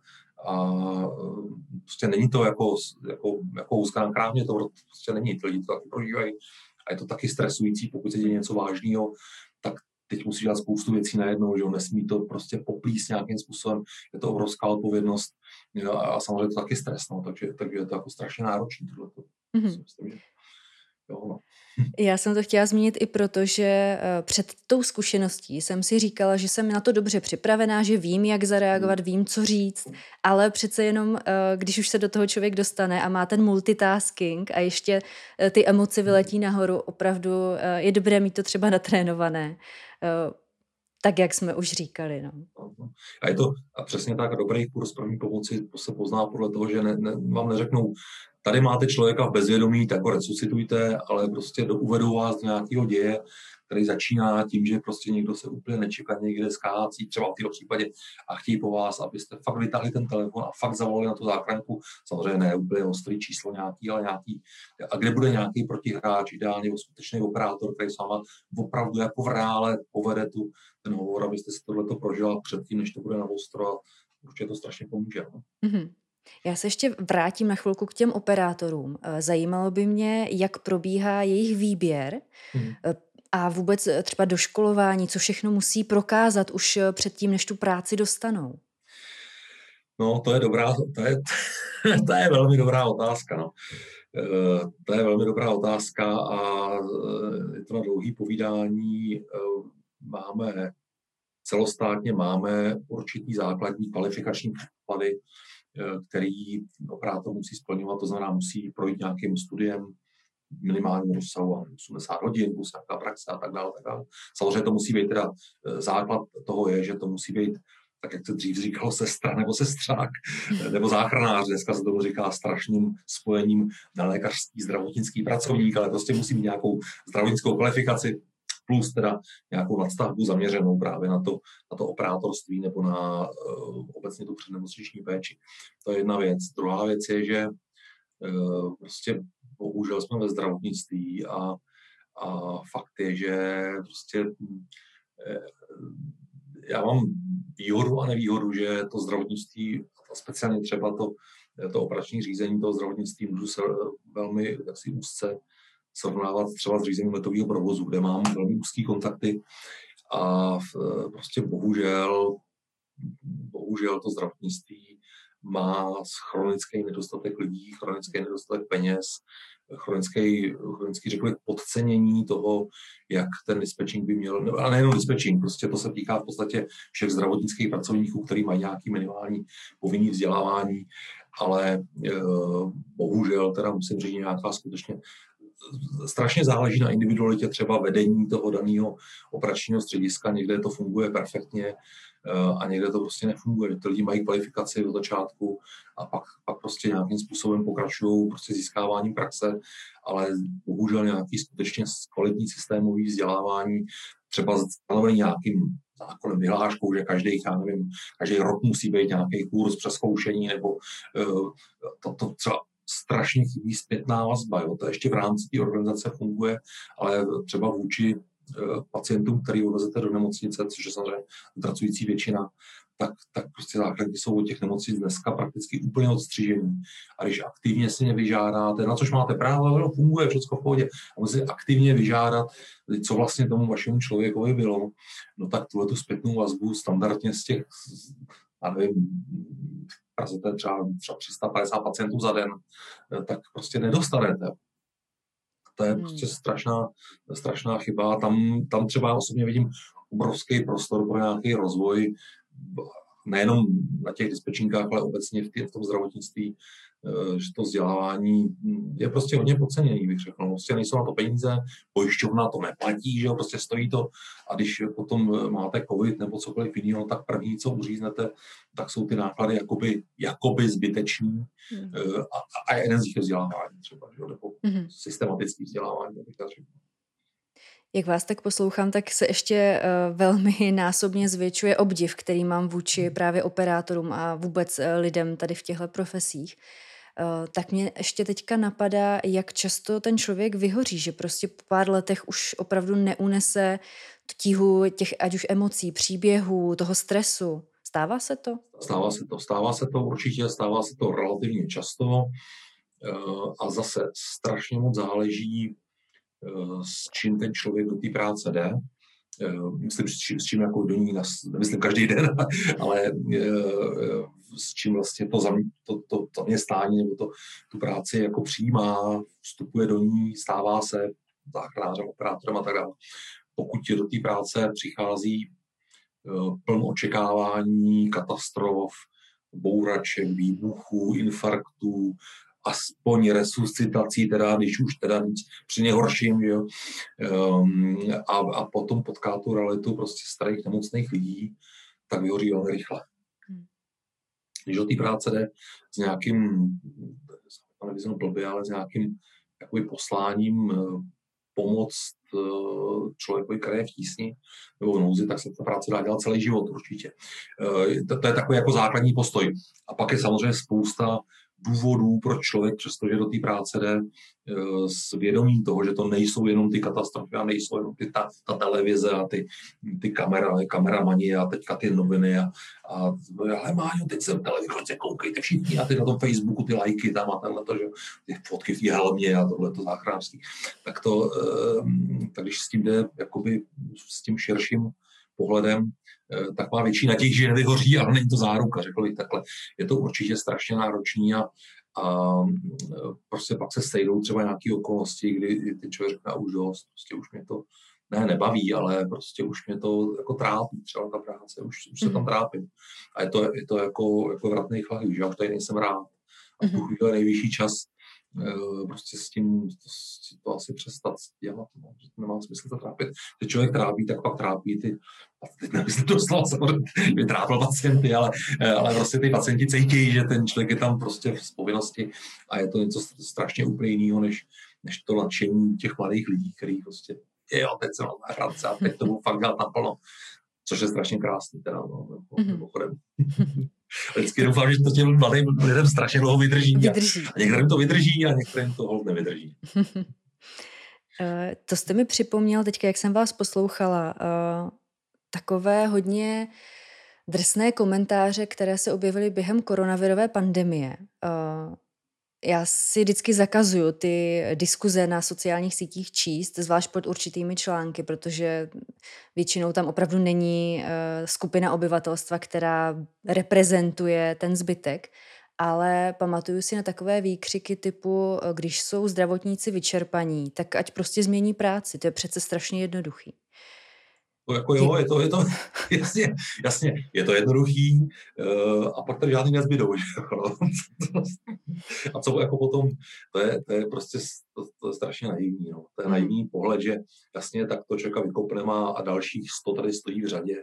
prostě není to jako úzká krávně, to prostě není, ty lidi to taky prožívají a je to taky stresující, pokud se děje něco vážného, tak teď musí dělat spoustu věcí najednou, že jo, nesmí to prostě poplíst nějakým způsobem, je to obrovská odpovědnost a samozřejmě to taky stres, no, takže je to jako strašně náročné tohleto. Jo, no.
Já jsem to chtěla zmínit i proto, že před tou zkušeností jsem si říkala, že jsem na to dobře připravená, že vím, jak zareagovat, vím, co říct, ale přece jenom, když už se do toho člověk dostane a má ten multitasking a ještě ty emoce vyletí nahoru, opravdu je dobré mít to třeba natrénované, tak, jak jsme už říkali. No.
A je to a přesně tak, dobrý kurz první pomoci se pozná podle toho, že vám neřeknou, tady máte člověka v bezvědomí, tak ho resuscitujte, ale prostě uvedou vás do nějakého děje, který začíná tím, že prostě někdo se úplně nečekaně někde skácí, třeba v této případě, a chtějí po vás, abyste fakt vytáhli ten telefon a fakt zavolali na tu záchranku. Samozřejmě ne úplně ostrý číslo nějaký, ale nějaký. A kde bude nějaký protihráč, ideálně skutečný operátor, který s váma opravdu jako v reále povede ten hovor, abyste si tohleto prožila předtím, než to bude na ostro, a určitě to strašně pomůže. No?
Mm-hmm. Já se ještě vrátím na chvilku k těm operátorům. Zajímalo by mě, jak probíhá jejich výběr a vůbec třeba doškolování, co všechno musí prokázat už předtím, než tu práci dostanou.
No, to je velmi dobrá otázka. No. To je velmi dobrá otázka a je to na dlouhý povídání. Celostátně máme určitý základní kvalifikační předpoklady, který operátor musí splňovat, to znamená, musí projít nějakým studiem minimálním rozsahu 80 hodin, plus nějaká praxe a tak dále. Samozřejmě to musí být teda, základ toho je, že to musí být, tak jak se dřív říkalo, sestra nebo sestřák, nebo záchranář, dneska se tomu říká strašným spojením nelékařský, zdravotnický pracovník, ale prostě musí mít nějakou zdravotnickou kvalifikaci, plus teda nějakou nadstavbu zaměřenou právě na to operátorství nebo na obecně tu přednemocniční péči. To je jedna věc. Druhá věc je, že prostě bohužel jsme ve zdravotnictví a fakt je, že prostě já mám výhodu a nevýhodu, že to zdravotnictví, a speciálně třeba to operační řízení toho zdravotnictví můžu se velmi asi úzce srovnávat třeba s řízením letového provozu, kde mám velmi úzký kontakty a prostě bohužel to zdravotnictví má chronický nedostatek lidí, chronický nedostatek peněz, chronický řekl bych, podcenění toho, jak ten dispečing by měl, ale nejenom dispečing, prostě to se týká v podstatě všech zdravotnických pracovníků, kteří mají nějaký minimální povinný vzdělávání, ale bohužel teda musím říct nějaká skutečně strašně záleží na individualitě třeba vedení toho daného operačního střediska, někde to funguje perfektně a někde to prostě nefunguje. Ty lidi mají kvalifikaci od začátku a pak prostě nějakým způsobem pokračují prostě získáváním praxe, ale bohužel nějaký skutečně kvalitní systémový vzdělávání, třeba stanovený nějakým zákonem, vyhláškou, že každý rok musí být nějaký kurz přezkoušení, nebo to třeba strašně chybí zpětná vazba. Jo. To ještě v rámci té organizace funguje, ale třeba vůči pacientům, který odvezete do nemocnice, což je samozřejmě pracující většina, tak prostě základky jsou od těch nemocnic dneska prakticky úplně odstřižení. A když aktivně si nevyžádáte, na což máte právo, funguje všechno v pohodě, a musíte aktivně vyžádat, co vlastně tomu vašemu člověkovi bylo, no tak tu zpětnou vazbu standardně z těch, já nevím, Praze to je třeba 350 pacientů za den, tak prostě nedostanete. To je prostě strašná chyba. Tam třeba osobně vidím obrovský prostor pro nějaký rozvoj, nejenom na těch dispečínkách, ale obecně v tom zdravotnictví, že to vzdělávání je prostě hodně podceněný, bych řekl. Prostě nejsou na to peníze, pojišťovna to neplatí, že jo, prostě stojí to, a když potom máte covid nebo cokoliv jiného, tak první, co uříznete, tak jsou ty náklady jakoby zbytečný a jeden z nich je vzdělávání třeba, že jo, nebo systematický vzdělávání, bych tak řekl.
Jak vás tak poslouchám, tak se ještě velmi násobně zvětšuje obdiv, který mám vůči právě operátorům a vůbec lidem tady v těchto profesích. Tak mě ještě teďka napadá, jak často ten člověk vyhoří, že prostě po pár letech už opravdu neunese tíhu těch ať už emocí, příběhů, toho stresu. Stává se to?
Stává se to určitě, stává se to relativně často a zase strašně moc záleží, s čím ten člověk do té práce jde. Myslím, s čím jako do ní, nemyslím každý den, ale s čím vlastně to zaměstnání nebo tu práci jako přijímá, vstupuje do ní, stává se záchranářem, operátorem a tak dále. Pokud do té práce přichází pln očekávání, katastrof, bouraček, výbuchů, infarktů, aspoň resuscitací, teda, když už teda při nejhorším, jo. A potom potká tu realitu prostě starých nemocných lidí, tak vyhoří velmi rychle. Když do té práce jde s nějakým, nevyznu blbě, ale s nějakým jakoby posláním pomoct člověkovi, který je v tísni nebo v nouzi, tak se ta práce dá dělat celý život určitě. To je takový jako základní postoj. A pak je samozřejmě spousta důvodů, proč člověk, přestože do té práce jde s vědomím toho, že to nejsou jenom ty katastrofy a nejsou jenom ta televize a ty kameramani a teďka ty noviny a ale Máňo, teď jsem televizi, koukejte všichni a ty na tom Facebooku ty lajky tam a tenhle, že ty fotky v té helmě a tohleto záchranářství. Tak když s tím jde jakoby s tím širším pohledem, tak má větší naději, že nevyhoří, ale není to záruka, řekl bych takhle. Je to určitě strašně náročný a prostě pak se sejdou třeba nějaké okolnosti, kdy ty člověk řekne už dost, prostě už mě to nebaví, ale prostě už mě to jako trápí, třeba ta práce, už se tam trápím. A je to jako vratný chlad, že já už tady nejsem rád. A v tu chvíli je nejvyšší čas prostě s tím to asi přestat dělat, no, že to nemá smysl to trápit. Když člověk trápí, tak pak trápí teď nemyslím doslova, samozřejmě trápil pacienty, ale prostě ty pacienti cítí, že ten člověk je tam prostě z povinnosti a je to něco strašně úplně jiného, než to nadšení těch mladých lidí, který prostě teď jsem na hradce a teď to budu fakt dělat naplno. Což je strašně krásný, teda, mimochodem. Vždycky doufám, že to těm mladým lidem strašně dlouho vydrží. A některým to vydrží a některým to hold nevydrží.
To jste mi připomněl teďka, jak jsem vás poslouchala, takové hodně drsné komentáře, které se objevily během koronavirové pandemie. Já si vždycky zakazuju ty diskuze na sociálních sítích číst, zvlášť pod určitými články, protože většinou tam opravdu není skupina obyvatelstva, která reprezentuje ten zbytek, ale pamatuju si na takové výkřiky typu, když jsou zdravotníci vyčerpaní, tak ať prostě změní práci, to je přece strašně jednoduchý.
Jako jo, je to jasně, je to jednoduchý a pak tady žádný nezbydou, že? A co jako potom, to je prostě to je strašně naivní, no. To je naivní pohled, že jasně tak to člověka vykopneme a dalších 100 tady stojí v řadě.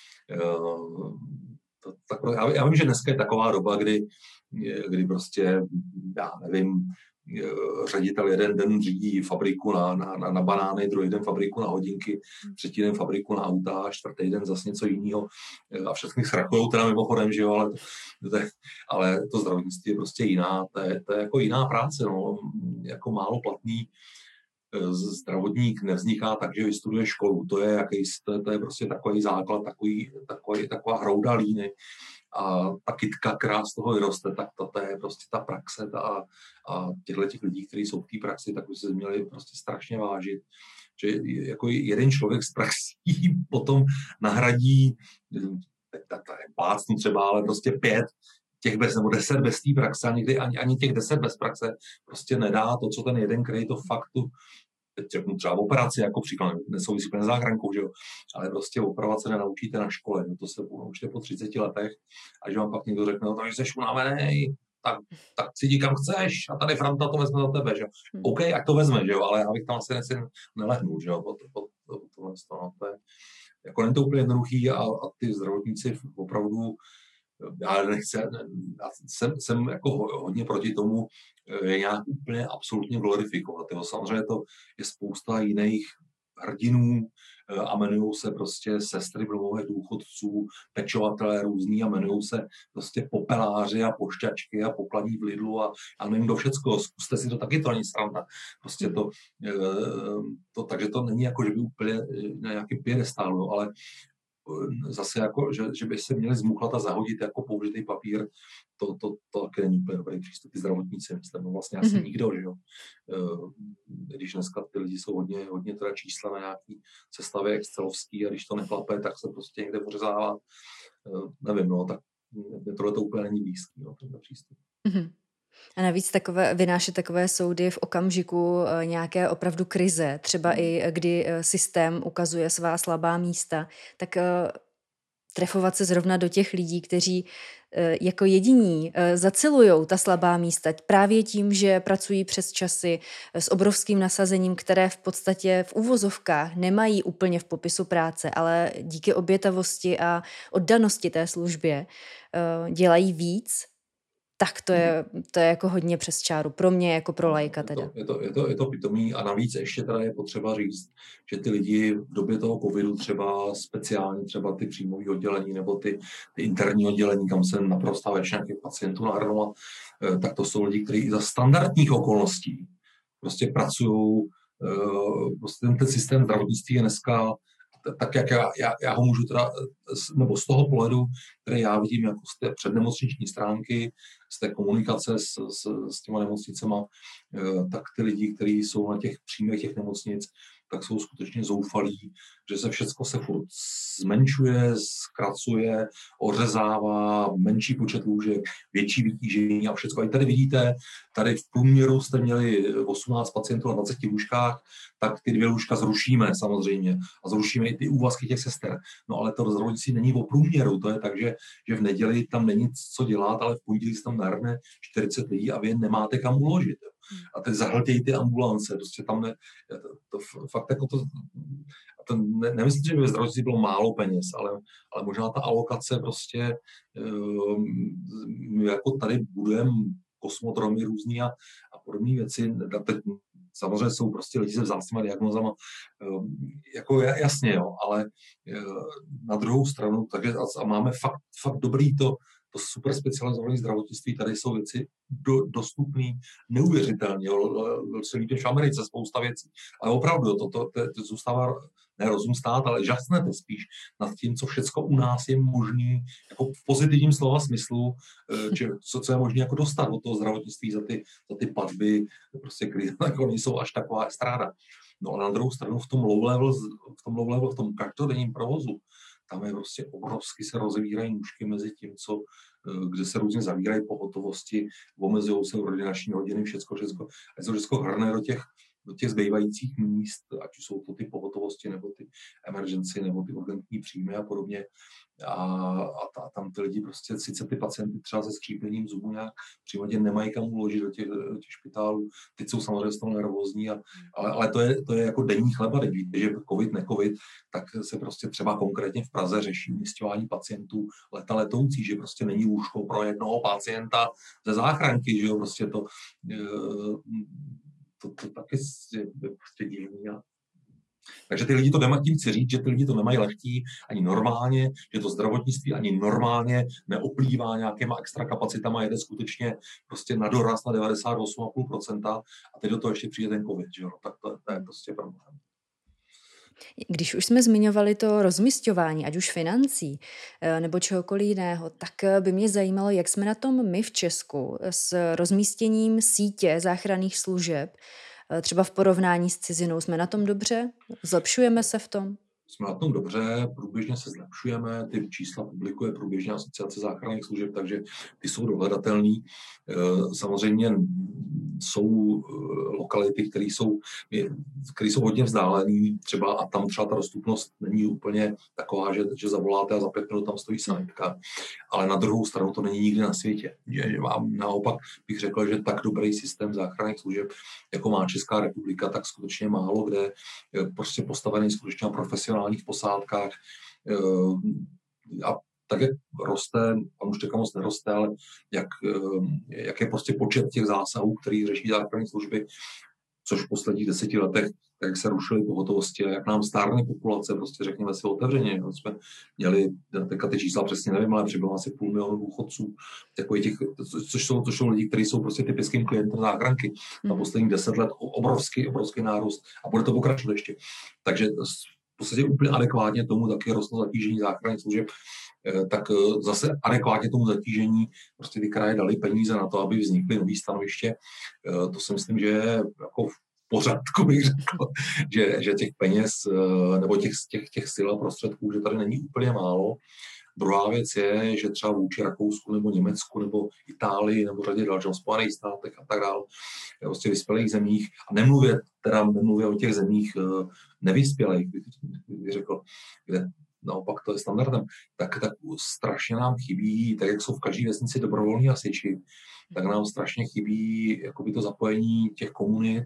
Já vím, že dneska je taková doba, kdy prostě, já nevím, ředitel jeden den řídí fabriku na banány, druhý den fabriku na hodinky, třetí den fabriku na auta, čtvrtý den zase něco jiného a všechny zkrachujou teda mimochodem, že jo, ale to zdravotnictví je prostě jiná, to je jako jiná práce, no, jako málo platný zdravotník nevzniká tak, že vystuduje školu, to je prostě takový základ, taková hrouda líny. A ta kytka, která z toho vyroste, tak to je prostě ta praxe a těch lidí, kteří jsou v té praxi, tak by se měli prostě strašně vážit. Že jako jeden člověk z praxí potom nahradí, plácnu třeba, ale prostě 5 těch nebo 10 bez té praxe a někdy ani těch 10 bez praxe prostě nedá to, co ten jeden, který to faktu, teď řeknu třeba operaci jako příklad, nesouvisí s záchrankou, že jo, ale prostě operovat se nenaučíte na škole, no to se naučíte po 30 letech a že vám pak někdo řekne, no takže jsi unavený, tak si jdi kam chceš a tady Franta to vezme za tebe, že jo. OK, ať to vezme, že jo, ale já bych tam asi nelehnul, že jo, to je, jako není to úplně jednoduchý a ty zdravotníci opravdu jsem jako hodně proti tomu je nějak úplně absolutně glorifikovat. Jo. Samozřejmě to je spousta jiných hrdinů a jmenují se prostě sestry v domovech důchodců, pečovatelé různý a jmenují se prostě popeláři a pošťačky a pokladní v Lidlu a nevím do všecko. Zkuste si to taky, to není sranda. Prostě takže to není jako, že by úplně na nějaký piedestál, ale zase jako, že by se měli zmuchlat a zahodit jako použitý papír, to taky není úplně dobrý přístup. Ty zdravotníci, myslím, no vlastně asi nikdo, že jo. Když dneska ty lidi jsou hodně teda čísla na nějaký sestavě excelovský a když to neklape, tak se prostě někde pořezává. Nevím, no, tak tohle to úplně není blízký, no, tenhle přístup.
Mm-hmm. A navíc vynášet takové soudy v okamžiku nějaké opravdu krize, třeba i kdy systém ukazuje svá slabá místa, tak trefovat se zrovna do těch lidí, kteří jako jediní zacelujou ta slabá místa právě tím, že pracují přes časy s obrovským nasazením, které v podstatě v uvozovkách nemají úplně v popisu práce, ale díky obětavosti a oddanosti té službě dělají víc, tak to je jako hodně přes čáru. Pro mě, jako pro laika teda.
Je to pitomý a navíc ještě teda je potřeba říct, že ty lidi v době toho covidu třeba speciálně třeba ty příjmové oddělení nebo ty interní oddělení, kam se naprostá většina těch pacientů nahrnula, tak to jsou lidi, kteří i za standardních okolností prostě pracují. Prostě ten systém zdravotnictví je dneska tak, jak já ho můžu teda, nebo z toho pohledu, který já vidím jako z té přednemocniční stránky, z té komunikace s těma nemocnicema, tak ty lidi, kteří jsou na těch příjmech těch nemocnic, tak jsou skutečně zoufalí, že se všecko se furt zmenšuje, zkracuje, ořezává, menší počet lůžek, větší vytížení a všecko. A tady vidíte, tady v průměru jste měli 18 pacientů na 20 lůžkách, tak ty 2 lůžka zrušíme samozřejmě a zrušíme i ty úvazky těch sester. No ale to zdravotnictví není o průměru, to je tak, že v neděli tam není co dělat, ale v pondělí se tam nahrne 40 lidí a vy je nemáte kam uložit. A teď zahltějí ty ambulance, prostě tam to fakt jako to nemyslím, že by ve zdravotnictví bylo málo peněz, ale možná ta alokace prostě jako tady budujeme kosmodromy různý a podobné věci. Teď samozřejmě jsou prostě lidi se vzácnýma diagnózama, jako jasně, jo, ale na druhou stranu, takže a máme fakt dobrý to super specializované zdravotnictví, tady jsou věci dostupné neuvěřitelně, se líbí v Americe spousta věcí, ale opravdu to zůstává ne rozum stát, ale žasnete spíš nad tím, co všecko u nás je možné, jako v pozitivním slova smyslu, co je možné jako dostat od toho zdravotnictví za ty platby, prostě jako nejsou až taková estráda. No a na druhou stranu v tom low level, v tom každodenním provozu, tam je prostě obrovsky se rozevírají nůžky mezi tím, kde se různě zavírají pohotovosti, omezují se ordinační hodiny, všecko. A to všechno hrne do těch zbývajících míst, ať už jsou to ty pohotovosti, nebo ty emergency, nebo ty urgentní příjmy a podobně. A tam ty lidi prostě, sice ty pacienty třeba se skřípením zubů nějak případně nemají kam uložit do těch špitálů. Teď jsou samozřejmě z toho nervózní, ale to je jako denní chleba, teď víte, že covid, necovid, tak se prostě třeba konkrétně v Praze řeší umísťování pacientů letoucí, že prostě není lůžko pro jednoho pacienta ze záchranky, že jo, prostě to taky je prostě divný. Takže ty lidi to nemají, tím chci říct, že ty lidi to nemají lehký ani normálně, že to zdravotnictví ani normálně neoplývá nějakýma extra kapacitama, jede skutečně prostě na doraz na 98,5% a teď do toho ještě přijde ten covid, že jo, tak to je prostě problém.
Když už jsme zmiňovali to rozmisťování, ať už financí nebo čehokoliv jiného, tak by mě zajímalo, jak jsme na tom my v Česku s rozmístěním sítě záchranných služeb, třeba v porovnání s cizinou. Jsme na tom dobře? Zlepšujeme se v tom?
Jsme na tom dobře, průběžně se zlepšujeme, ty čísla publikuje průběžně Asociace záchranných služeb, takže ty jsou dohledatelný. Samozřejmě jsou lokality, které jsou hodně vzdálené, třeba a tam třeba ta dostupnost není úplně taková, že zavoláte a za 5 minut tam stojí sanitka, ale na druhou stranu to není nikdy na světě. Že vám naopak bych řekl, že tak dobrý systém záchranných služeb, jako má Česká republika, tak skutečně málo kde prostě postavený skutečně na profesionálních posádkách a tak, jak roste, a už teďka moc neroste, ale jak je prostě počet těch zásahů, který řeší záchranné služby, což v posledních 10 letech, jak se rušily pohotovosti a jak nám stárne populace, prostě řekněme si otevřeně. Jsme měli, teďka ty čísla přesně nevím, ale přibylo asi 500 000 důchodců, což jsou lidi, kteří jsou prostě typickým klientem záchranky. Na posledních 10 let obrovský nárůst a bude to pokračovat ještě. Takže v podstatě úplně adekvátně tomu taky rostlo zatížení záchranných služeb, tak zase adekvátně tomu zatížení prostě ty kraje dali peníze na to, aby vznikly nový stanoviště. To si myslím, že je jako v pořádku, bych řekl, že těch peněz nebo těch sil a prostředků, že tady není úplně málo. Druhá věc je, že třeba vůči Rakousku nebo Německu nebo Itálii nebo řadě dalších Spojených státech a tak dále, prostě vyspělých zemích, a nemluvě o těch zemích nevyspělých, bych řekl, kde naopak to je standardem, tak strašně nám chybí, tak jak jsou v každé vesnici dobrovolní hasiči, tak nám strašně chybí jakoby to zapojení těch komunit,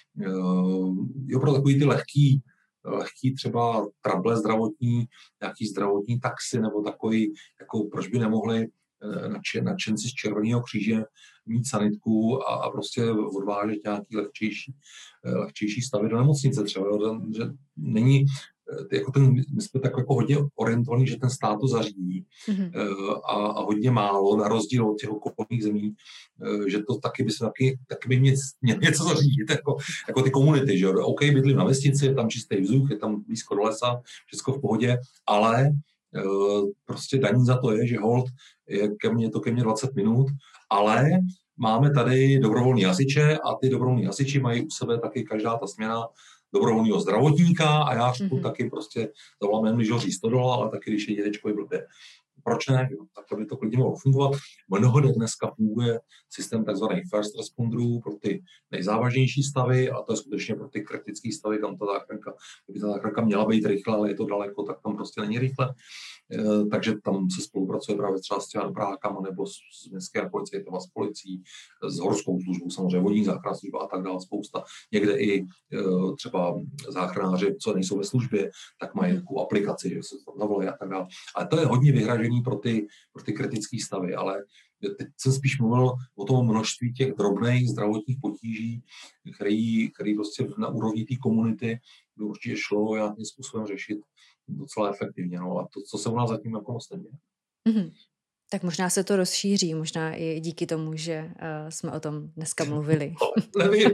jo, pro takový ty lehký třeba trable zdravotní, nějaký zdravotní taxi nebo takový, jako proč by nemohli nadšenci z Červeného kříže mít sanitku a prostě odvážet nějaký lehčejší stavy do nemocnice třeba, jo, že není jako my jsme tak jako hodně orientovaní, že ten stát to zařídí a hodně málo, na rozdíl od těch okolních zemí, že to taky by měl něco zařídit, jako ty komunity, že OK, bydlím na vesnici, je tam čistý vzduch, je tam blízko do lesa, všechno v pohodě, ale prostě daní za to je, že hold je ke mně 20 minut, ale máme tady dobrovolní hasiče a ty dobrovolní hasiči mají u sebe taky každá ta směna dobrovolného zdravotníka a já řeknu taky prostě zavolám jen, když hoří stodola, ale taky, když je dědečkovi blbě. Proč ne? Tak aby to klidně mohlo fungovat. Mnohde dneska funguje systém tzv. First responderů pro ty nejzávažnější stavy a to je skutečně pro ty kritické stavy, kam ta záchranka měla být rychle, ale je to daleko, tak tam prostě není rychle. Takže tam se spolupracuje právě třeba s těma dopravákama nebo s městskými policejtama, s policií, s horskou službou, samozřejmě vodní záchranná služba a tak dále, spousta. Někde i třeba záchranáři, co nejsou ve službě, tak mají takovou aplikaci, že se tam zavolají a tak dále. Ale to je hodně vyhražený pro ty kritické stavy, ale teď jsem spíš mluvil o tom množství těch drobných zdravotních potíží, který prostě na úrovni té komunity by určitě šlo nějakým způsobem řešit docela efektivně, no, a to, co se u nás zatím jako moc neděje.
Tak možná se to rozšíří, možná i díky tomu, že jsme o tom dneska mluvili.
Nevím.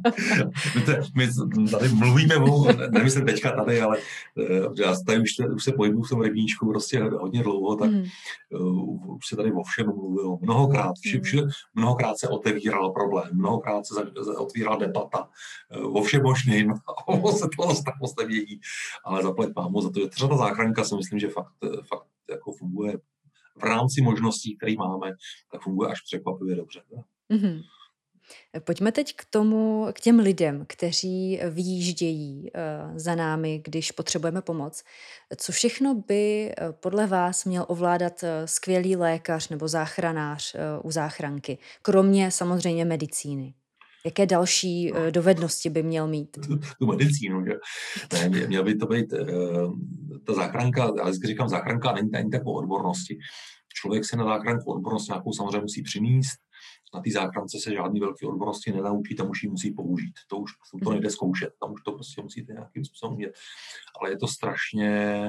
My tady mluvíme, nemyslím teďka tady, ale já tady už se pohybuju v tom rybníčku prostě hodně dlouho, tak už se tady o všem mluvilo. Mnohokrát se otevíral problém, mnohokrát se otvírala debata o všem možným, a se to tak moc nevědí, ale zaplať pámu za to, že třeba ta záchranka si myslím, že fakt jako funguje v rámci možností, které máme, tak funguje až překvapivě dobře.
Pojďme teď k těm lidem, kteří vyjíždějí za námi, když potřebujeme pomoc. Co všechno by podle vás měl ovládat skvělý lékař nebo záchranář u záchranky, kromě samozřejmě medicíny? Jaké další dovednosti by měl mít?
Tu medicínu, že? Ne, měl by to být ta záchranka, ale když říkám záchranka, není tak o odbornosti. Člověk se na záchranku odbornost nějakou samozřejmě musí přinést. Na té záchrance se žádný velké odbornosti nenaučí, tam už ji musí použít. To nejde zkoušet, tam už to prostě musíte nějakým způsobem umět. Ale je to strašně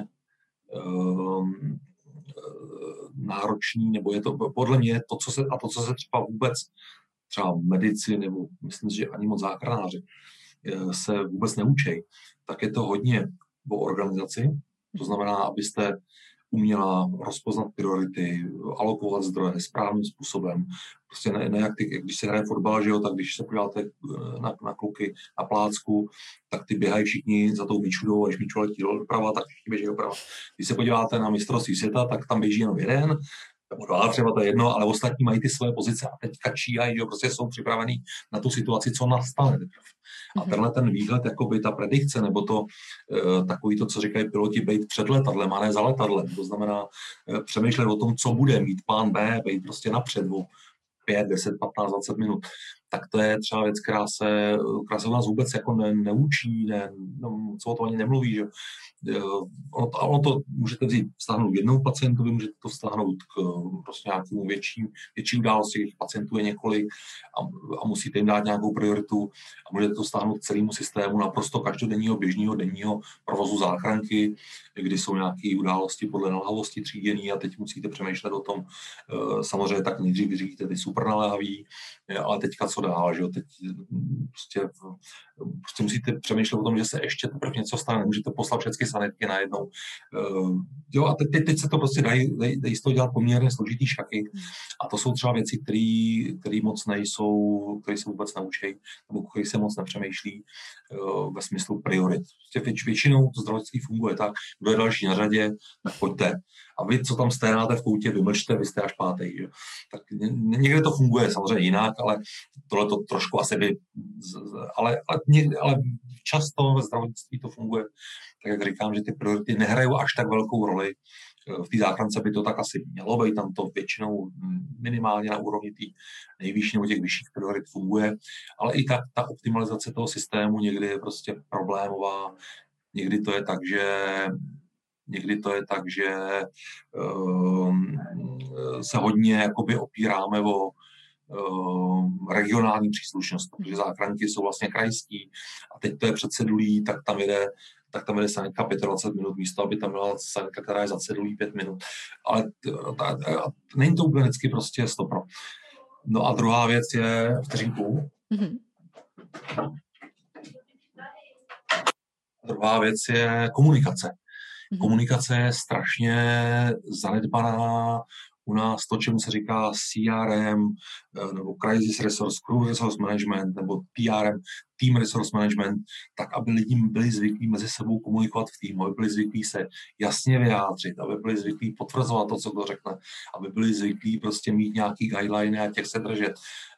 náročný, nebo je to podle mě to, co se třeba vůbec třeba medici, nebo myslím, že ani moc záchranáři se vůbec neučí, tak je to hodně o organizaci. To znamená, abyste uměla rozpoznat priority, alokovat zdroje správným způsobem. Prostě ne jak když se hraje fotbal, že jo, tak když se podíváte na kluky na plácku, tak ty běhají všichni za tou míčudou, a když míču letí doprava, tak všichni běží doprava. Když se podíváte na mistrovství světa, tak tam běží jenom jeden, nebo dva, třeba to je jedno, ale ostatní mají ty své pozice a teďka číhají, že prostě jsou připravení na tu situaci, co nastane. A tenhle ten výhled, jakoby ta predikce, nebo to takový to, co říkají piloti, být před letadlem a ne za letadlem. To znamená přemýšlet o tom, co bude, mít plán B, být prostě napřed o 5, 10, 15, 20 minut. Tak to je třeba věc, která se u nás vůbec jako neučí, co o to ani nemluví, že ono to můžete vztáhnout jednou pacientovi, můžete to vztáhnout k prostě nějakému větší události, těch pacientů je několik a musíte jim dát nějakou prioritu a můžete to vztáhnout k celému systému naprosto každodenního běžného denního provozu záchranky, kdy jsou nějaké události podle naléhavosti tříděný a teď musíte přemýšlet o tom, samozřejmě tak nejdřív vyřídíte ty super naléhavý, ale teďka co co dál, že jo, teď prostě musíte přemýšlet o tom, že se ještě teprve něco stane, nemůžete poslat všechny sanitky najednou. Jo, a teď se to prostě dají z toho dělat poměrně složitý šaky a to jsou třeba věci, které moc nejsou, které se vůbec neučí, nebo které se moc nepřemýšlí ve smyslu priorit. Prostě většinou to zdravotnictví funguje tak, kdo je další na řadě, tak pojďte. A vy, co tam sténáte v koutě, vymlčte, vy jste až pátý. Že? Tak někde to funguje samozřejmě jinak, ale tohle to trošku asi by... Ale často ve zdravotnictví to funguje, tak jak říkám, že ty priority nehrajou až tak velkou roli. V té záchrance by to tak asi mělo být, tam to většinou minimálně na úrovni té nejvyšší nebo těch vyšších priorit funguje, ale i tak ta optimalizace toho systému někdy je prostě problémová. Někdy to je tak, že se hodně jakoby opíráme o regionální příslušnost, protože záchranky jsou vlastně krajský a teď to je před cedulí, tak tam jede sanitka 25 minut místo, aby tam byla sanitka, která je za cedulí 5 minut. Ale není to úplně vždycky prostě stopro. No a druhá věc je vteřinku. Druhá věc je komunikace. Komunikace je strašně zanedbaná u nás to, čemu se říká CRM, nebo Crisis Resource, Crew Resource Management, nebo TRM, Team Resource Management, tak aby lidi byli zvyklí mezi sebou komunikovat v týmu, aby byli zvyklí se jasně vyjádřit, aby byli zvyklí potvrzovat to, co kdo řekne, aby byli zvyklí prostě mít nějaký guideline a těch se držet.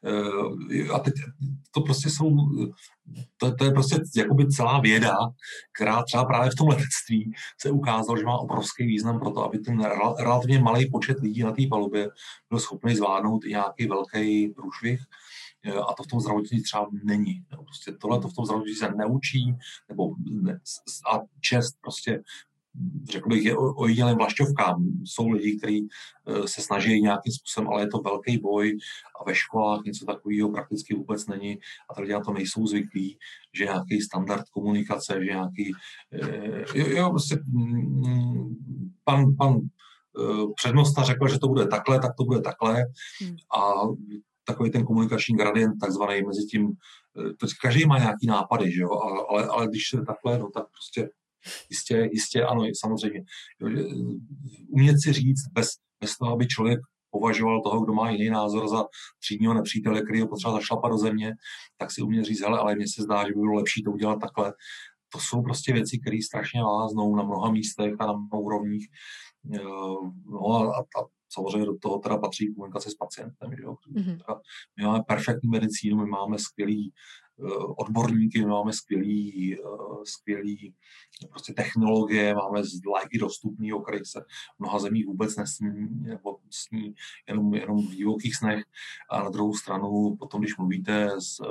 A teď to prostě to je prostě jakoby celá věda, která třeba právě v tom letectví se ukázalo, že má obrovský význam pro to, aby ten relativně malý počet lidí na té palubě byl schopný zvládnout i nějaký velký průšvih. A to v tom zdravotnictví třeba není. Prostě tohle to v tom zdravotnictví se neučí, nebo ne, a čest prostě, řekl bych, je ojedinělým vlašťovkám. Jsou lidi, kteří se snaží nějakým způsobem, ale je to velký boj a ve školách něco takového prakticky vůbec není a tady na to nejsou zvyklí, že nějaký standard komunikace, že nějaký... prostě pan přednosta řekl, že to bude takhle, tak to bude takhle a takový ten komunikační gradient takzvaný mezi tím, to každý má nějaký nápady, že jo, ale když se takhle, no tak prostě jistě ano, samozřejmě. Umět si říct bez toho, aby člověk považoval toho, kdo má jiný názor za třídního nepřítele, který ho potřeba zašlapat do země, tak si umět říct, hele, ale mně se zdá, že by bylo lepší to udělat takhle. To jsou prostě věci, které strašně váznou na mnoha místech a na mnoha úrovních. No a samozřejmě do toho teda patří komunikace s pacientem. Že jo? My máme perfektní medicínu, my máme skvělý odborníky, my máme skvělý prostě technologie, máme léky dostupný, o kterých se v mnoha zemích vůbec nesní, nebo sní jenom v divokých snech. A na druhou stranu potom, když mluvíte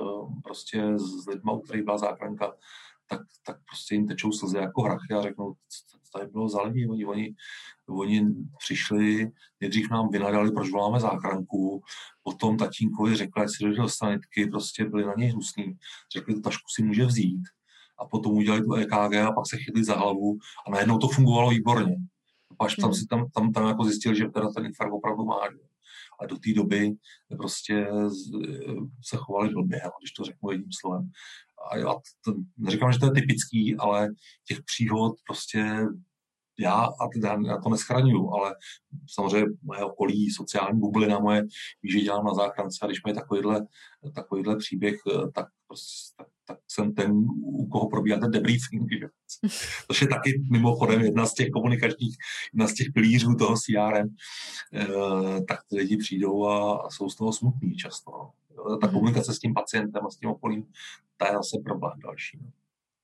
s lidma, u kterých byla záchranka, tak prostě jim tečou slzy jako hrachy a řeknou, co tady bylo za lidi. Oni přišli, nejdřív nám vynadali, proč voláme záchranku, potom tatínkovi řekli, ať si dojde do sanitky, prostě byli na něj hnusný, řekli, tu tašku si může vzít a potom udělali tu EKG a pak se chytli za hlavu a najednou to fungovalo výborně. Až tam jako zjistili, že teda ten infarkt opravdu má. A do té doby prostě se chovali blbě, když to řeknu jedním slovem. A neříkám, že to je typický, ale těch příhod prostě já to neschraňuju, ale samozřejmě moje okolí, sociální bublina moje, ví, že dělám na záchrance a když mají takovýhle příběh, tak jsem ten, u koho probíhá ten debriefing. Což je taky mimochodem jedna z těch komunikačních, jedna z těch pilířů toho CRM, tak ty lidi přijdou a jsou z toho smutní často. No. Ta komunikace s tím pacientem a s tím okolím, to je zase problém další. No.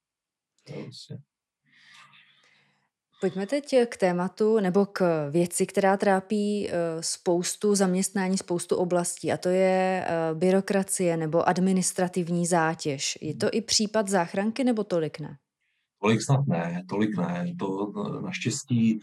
Pojďme teď k tématu nebo k věci, která trápí spoustu zaměstnání, spoustu oblastí, a to je byrokracie nebo administrativní zátěž. Je to i případ záchranky nebo tolik ne?
Tolik ne. To naštěstí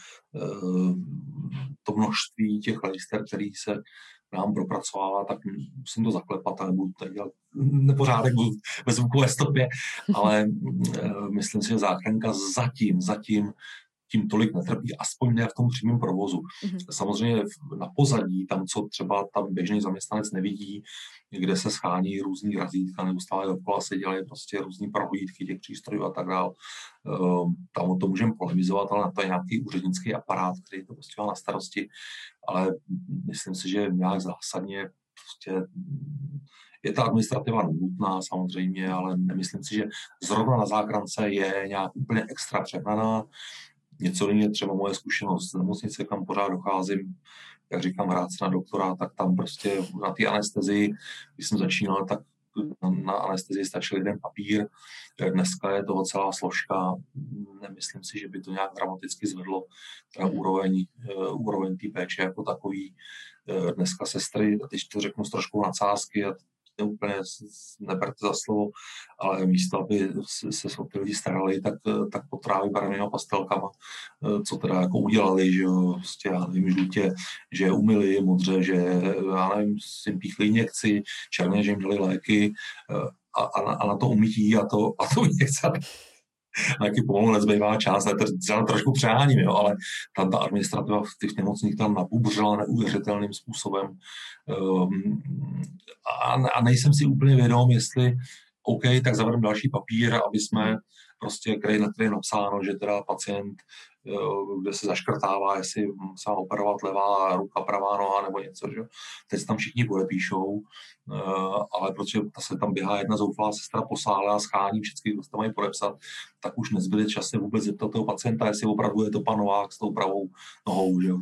to množství těch register, který se nám propracovává, tak musím to zaklepat a nebudu tady dělat nepořádek ve zvukové stopě, ale myslím si, že záchranka zatím tím tolik netrpí, aspoň ne v tom přímém provozu. Samozřejmě na pozadí, tam, co třeba tam běžný zaměstnanec nevidí, kde se schání různý razítka, neustále dokola se dělají prostě různý prohlídky těch přístrojů a tak dále. Tam o to můžeme polemizovat, ale na to je nějaký úřednický aparát, který to prostě má na starosti, ale myslím si, že nějak zásadně prostě je ta administrativa nutná samozřejmě, ale nemyslím si, že zrovna na záchrance je nějak úplně extra přehnaná. Něco jiného je třeba moje zkušenost z nemocnice, kam pořád docházím, jak říkám, hrát se na doktora, tak tam prostě na té anestezii, když jsem začínal, tak na anestezii stačil jeden papír. Dneska je toho celá složka. Nemyslím si, že by to nějak dramaticky zvedlo úroveň té péče jako takový. Dneska sestry, a teď to řeknu s troškou nadsázky, a úplně neberte za slovo, ale místo, aby se o ty lidi starali, tak potráví barevnýma pastelkama, co teda jako udělali, že jo, prostě já nevím, žlutě, že umyli modře, že já nevím, si jim píchli injekci, černé, že jim dali léky a na to umytí a to injekce nějaký pomalu nezbývá čas, ale to trošku přeháním, jo, ale tam ta administrativa v těch nemocných tam nabubřela neuvěřitelným způsobem. A nejsem si úplně vědom, jestli OK, tak zavedeme další papír, aby jsme prostě, který je napsáno, že teda pacient, kde se zaškrtává, jestli se má operovat levá ruka, pravá noha nebo něco, že? Teď se tam všichni podepíšou, ale protože se tam běhá jedna zoufalá sestra po sále a schání všechny, kdo se tam mají podepsat, tak už nezbyde čas se vůbec zeptat toho pacienta, jestli opravdu je to pan Novák s tou pravou nohou, že jo?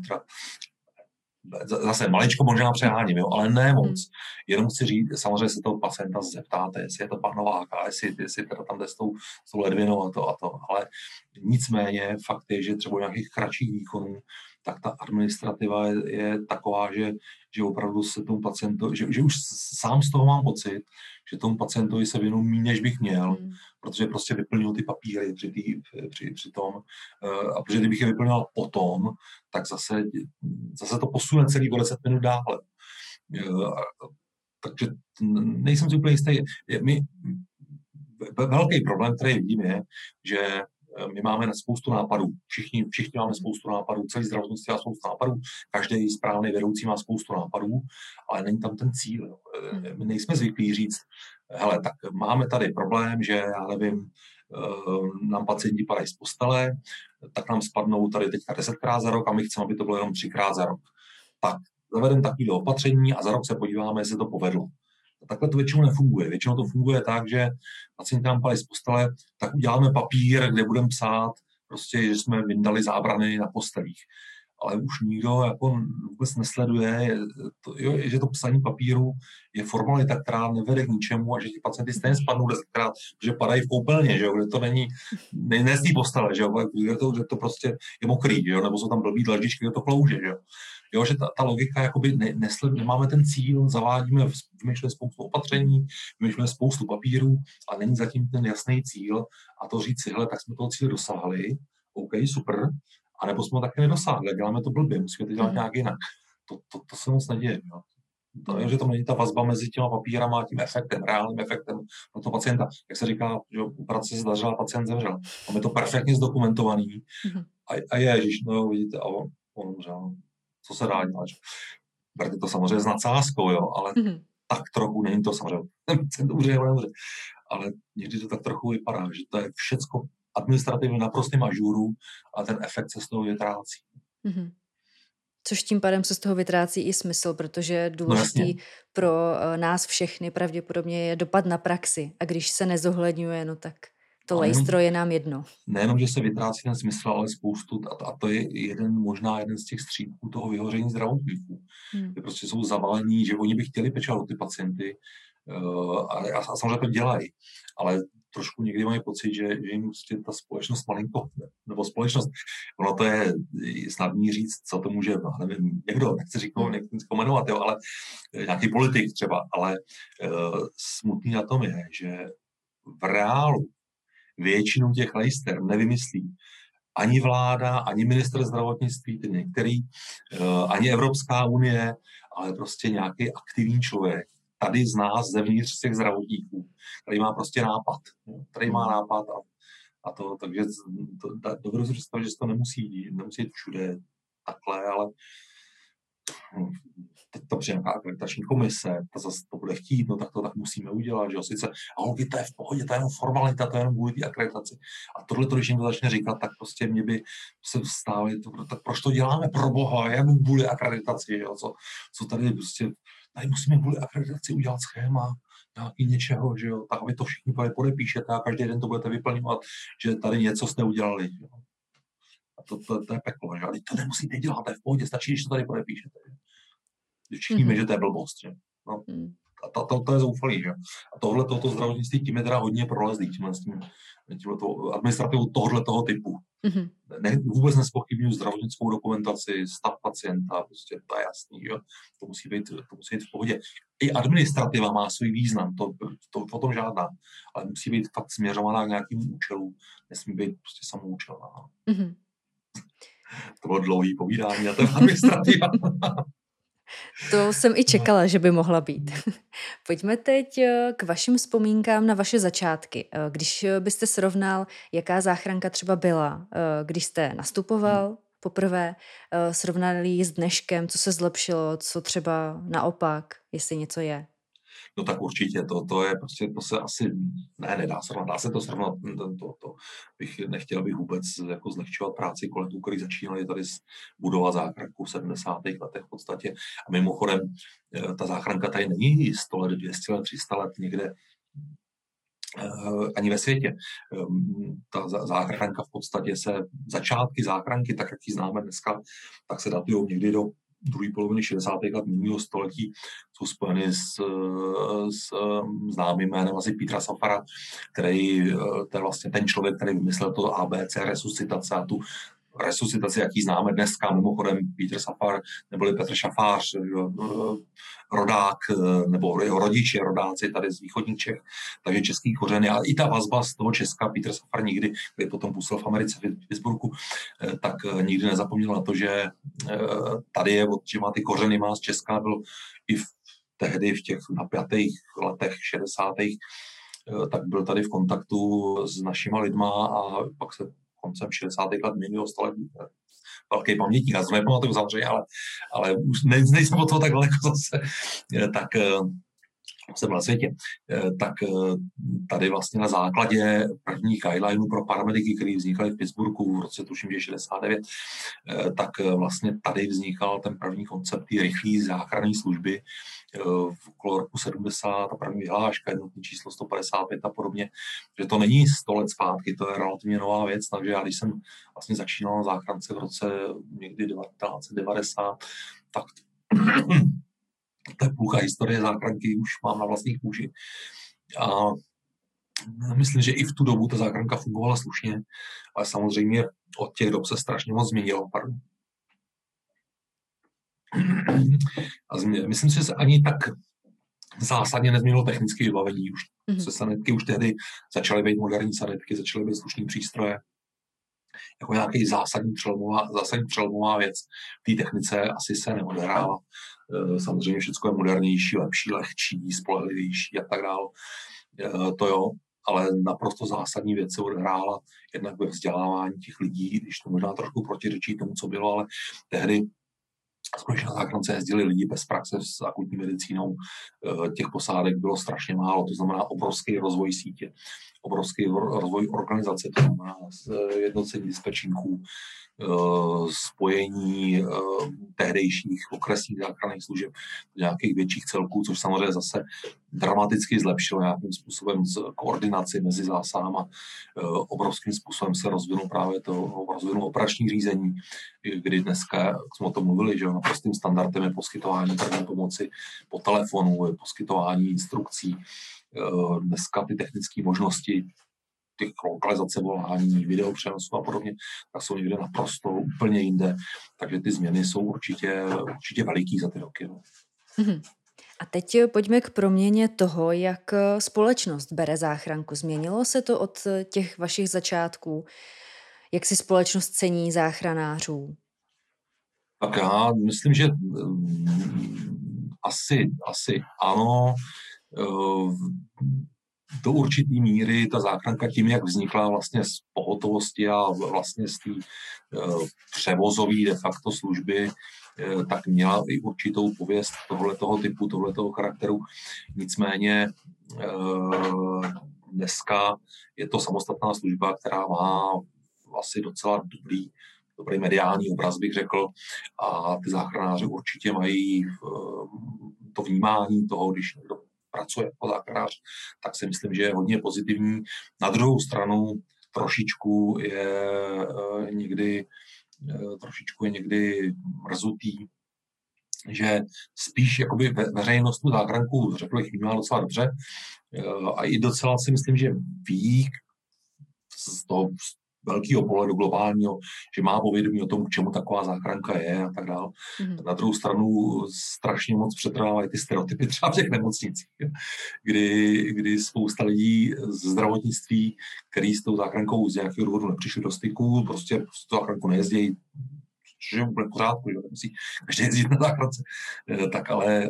Zase maličko možná přeháním, jo, ale ne moc. Jenom chci říct, samozřejmě se toho pacienta zeptáte, jestli je to pan Novák a jestli teda tam jde s tou ledvinou a to. Ale nicméně fakt je, že třeba nějakých kratších výkonů, tak ta administrativa je taková, že opravdu se tomu pacientovi, že už sám z toho mám pocit, že tomu pacientovi se věnu méně, než bych měl, protože prostě vyplnil ty papíry při tom. A protože kdybych je vyplnil potom, tak zase to posune celý o 10 minut dále. Takže nejsem si úplně jistý. Velký problém, který vidím, je, že my máme spoustu nápadů. Všichni máme spoustu nápadů, celý zdravotnictví má spoustu nápadů, každý správný vedoucí má spoustu nápadů, ale není tam ten cíl. My nejsme zvyklí říct, hele, tak máme tady problém, že já nevím, nám pacienti padají z postele, tak nám spadnou tady teďka 10krát za rok a my chceme, aby to bylo jenom 3krát za rok. Tak zavedeme takovýhle opatření a za rok se podíváme, jestli to povedlo. Takhle to většinou nefunguje. Většinou to funguje tak, že pacienti nám padají z postele, tak uděláme papír, kde budeme psát, prostě, že jsme vyndali zábrany na postelích. Ale už nikdo jako vůbec nesleduje, že to psaní papíru je formalita, která nevede k ničemu a že ti pacienti stejně spadnou 10krát, že padají v koupelně, že jo, kde to není z té postele, že jo, že to prostě je mokrý, že jo, nebo jsou tam blbý dlaždičky, kde to klouže, že jo. Jo, že ta logika, jakoby nemáme ten cíl, vymýšlíme spoustu opatření, vymýšlíme spoustu papírů a není zatím ten jasný cíl a to říct si, hele, tak jsme toho cíle dosáhli, OK, super, anebo jsme ho taky nedosáhli, děláme to blbě, musíme to dělat nějak jinak. To se moc neděje. Jo. To je, že tam není ta vazba mezi těma papírama a tím efektem, reálným efektem pro toho pacienta. Jak se říká, že operace se dařila, pacient zemřel. Máme to perfektně zdokumentovaný a ježiš, no vidíte, a on umřel. Co se dá dělat? Berte to samozřejmě s nadsázkou, jo, ale tak trochu, není to samozřejmě, ale někdy to tak trochu vypadá, že to je všecko administrativně naprostým ažůru a ten efekt se z toho vytrácí.
Což tím pádem se z toho vytrácí i smysl, protože důležitý pro nás všechny pravděpodobně je dopad na praxi. A když se nezohledňuje, no tak to lejstro je nám jedno.
Nejenom, že se vytrácí ten smysl, ale spoustu, a to je možná jeden z těch střípků toho vyhoření zdravotníků. Že prostě jsou zavalení, že oni by chtěli pečovat o ty pacienty a samozřejmě to dělají. Ale trošku někdy mají pocit, že jim prostě ta společnost malinko, nebo společnost, ono to je snadný říct, co to může, nevím, někdo, nechci komentovat, jo, ale nějaký politik třeba, ale smutný na tom je, že v reálu většinu těch lejster nevymyslí ani vláda, ani ministr zdravotnictví, ty některý, ani Evropská unie, ale prostě nějaký aktivní člověk, tady z nás, zevnitř z těch zdravotníků, který má prostě nápad. A Takže dovedu si představit, že to nemusí jít všude takhle, ale teď to přijde nějaká akreditační komise, ta zase to bude chtít, no tak to tak musíme udělat, že jo, sice, a holky, to je v pohodě, to je jenom formalita, to je jenom kvůli té akreditaci. A tohle, když někdo začne říkat, tak prostě mě by se vstávali, tak proč to děláme pro boha, jak kvůli akreditaci, jo, co tady prostě, tady musíme kvůli akreditaci udělat schéma, nějaký něčeho, že jo, tak vy to všichni podepíšete a každý den to budete vyplňovat, že tady něco jste udělali, jo. A to je peklo, že? Ale to nemusíte dělat, to je v pohodě, stačí, když to tady podepíšete. Všichni ví, že to je blbost, že? No. A to je zoufalý, že? A tohleto zdravotnictví tím je teda hodně prolezlý, tímhletou administrativou tohoto typu. Vůbec nezpochybnuju zdravotnickou dokumentaci, stav pacienta, prostě to je jasný, že? To musí být v pohodě. I administrativa má svůj význam, to o tom žádná, ale musí být fakt směřovaná k nějakým účelům, nesmí být prostě samoučelná. To bylo dlouhý povídání a to je administrativa.
To jsem i čekala, že by mohla být. Pojďme teď k vašim vzpomínkám na vaše začátky. Když byste srovnal, jaká záchranka třeba byla, když jste nastupoval poprvé, srovnali ji s dneškem, co se zlepšilo, co třeba naopak, jestli něco je.
No tak určitě, to je prostě, to se asi, nedá srovnat, dá se to srovnat, nechtěl bych vůbec jako zlehčovat práci kolegů, kteří začínali tady budovat záchranku v 70. letech v podstatě. A mimochodem, ta záchranka tady není 100 let, 200 let, 300 let někde ani ve světě. Ta záchranka v podstatě začátky záchranky, tak jak ji známe dneska, tak se datují někdy do druhé poloviny 60. let minulého století, jsou spojeny s známým jménem asi Petra Safara, který to je vlastně ten člověk, který vymyslel to ABC resuscitace a tu resuscitaci, jaký známe dneska, mimochodem Peter Safar neboli Petr Šafář, rodák, nebo jeho rodiče, rodáci tady z východních Čech, takže český kořeny, ale i ta vazba z toho Česka, Peter Safar nikdy, který potom působil v Americe, v Pittsburghu, tak nikdy nezapomněl na to, že tady je, že má ty kořeny, má z Česka, byl i tehdy v těch napjatých letech 60. Tak byl tady v kontaktu s našima lidma a pak se koncem 60. let minulého století. Velký pamětník, já to nepamatuju samozřejmě, ale už nejsem od toho tak daleko zase. Tak jsem na světě. Tak tady vlastně na základě prvních guidelineů pro paramediky, které vznikaly v Pittsburghu v roce tuším, že 69, tak vlastně tady vznikal ten první koncept té rychlé záchranné služby v okolo roku 70 a první vyhláška, jednotné číslo 155 a podobně, že to není 100 let zpátky, to je relativně nová věc, takže já když jsem vlastně začínal na záchrance v roce někdy 1990, tak to je půlka historie záchranky, už mám na vlastní kůži. A myslím, že i v tu dobu ta záchranka fungovala slušně, ale samozřejmě od těch dob se strašně moc změnilo. A myslím si, že se ani tak zásadně nezměnilo technické vybavení. Se sanitky už tehdy začaly být moderní sanitky, začaly být slušný přístroje. Jako nějaký zásadní přelomová věc v té technice asi se neodehrála. Samozřejmě všechno je modernější, lepší, lehčí, spolehlivější a tak dále. To jo, ale naprosto zásadní věc se odehrála jednak ve vzdělávání těch lidí, když to možná trošku protiřečí tomu, co bylo, ale tehdy skutečně na záchrance jezdili lidi bez praxe s akutní medicínou. Těch posádek bylo strašně málo, to znamená obrovský rozvoj sítě, obrovský rozvoj organizace, to znamená jednocení dispečínků, spojení tehdejších okresních záchranných služeb do nějakých větších celků, což samozřejmě zase dramaticky zlepšilo nějakým způsobem koordinaci mezi zásahama. Obrovským způsobem se rozvinulo operační řízení, kdy dneska, jak jsme o tom mluvili, že naprostým standardem je poskytování první pomoci po telefonu, je poskytování instrukcí. Dneska ty technické možnosti těch lokalizace volání, videopřenosu a podobně, tak jsou někde naprosto úplně jinde. Takže ty změny jsou určitě veliký za ty roky. No.
A teď pojďme k proměně toho, jak společnost bere záchranku. Změnilo se to od těch vašich začátků? Jak si společnost cení záchranářů?
Tak já myslím, že asi ano. do určitý míry ta záchranka tím, jak vznikla vlastně z pohotovosti a vlastně z té převozové de facto služby, tak měla i určitou pověst tohletoho typu, tohletoho charakteru. Nicméně dneska je to samostatná služba, která má asi docela dobrý mediální obraz, bych řekl, a ty záchranáři určitě mají to vnímání toho, když někdo pracuje jako záchranář, tak si myslím, že je hodně pozitivní. Na druhou stranu trošičku je někdy mrzutý, že spíš jakoby veřejnost tu záchranku, řekl bych, vnímá docela dobře a i docela si myslím, že ví z toho velkého pohledu globálního, že má povědomí o tom, k čemu taková záchranka je a tak dále. Na druhou stranu strašně moc přetrvávají ty stereotypy třeba v těch nemocnicích, kdy spousta lidí z zdravotnictví, který s tou záchrankou z nějakého důvodu nepřišli do styku, prostě s tou záchrankou nejezdějí, což je úplně v pořádku, že musí každý jezdit na záchrance, tak ale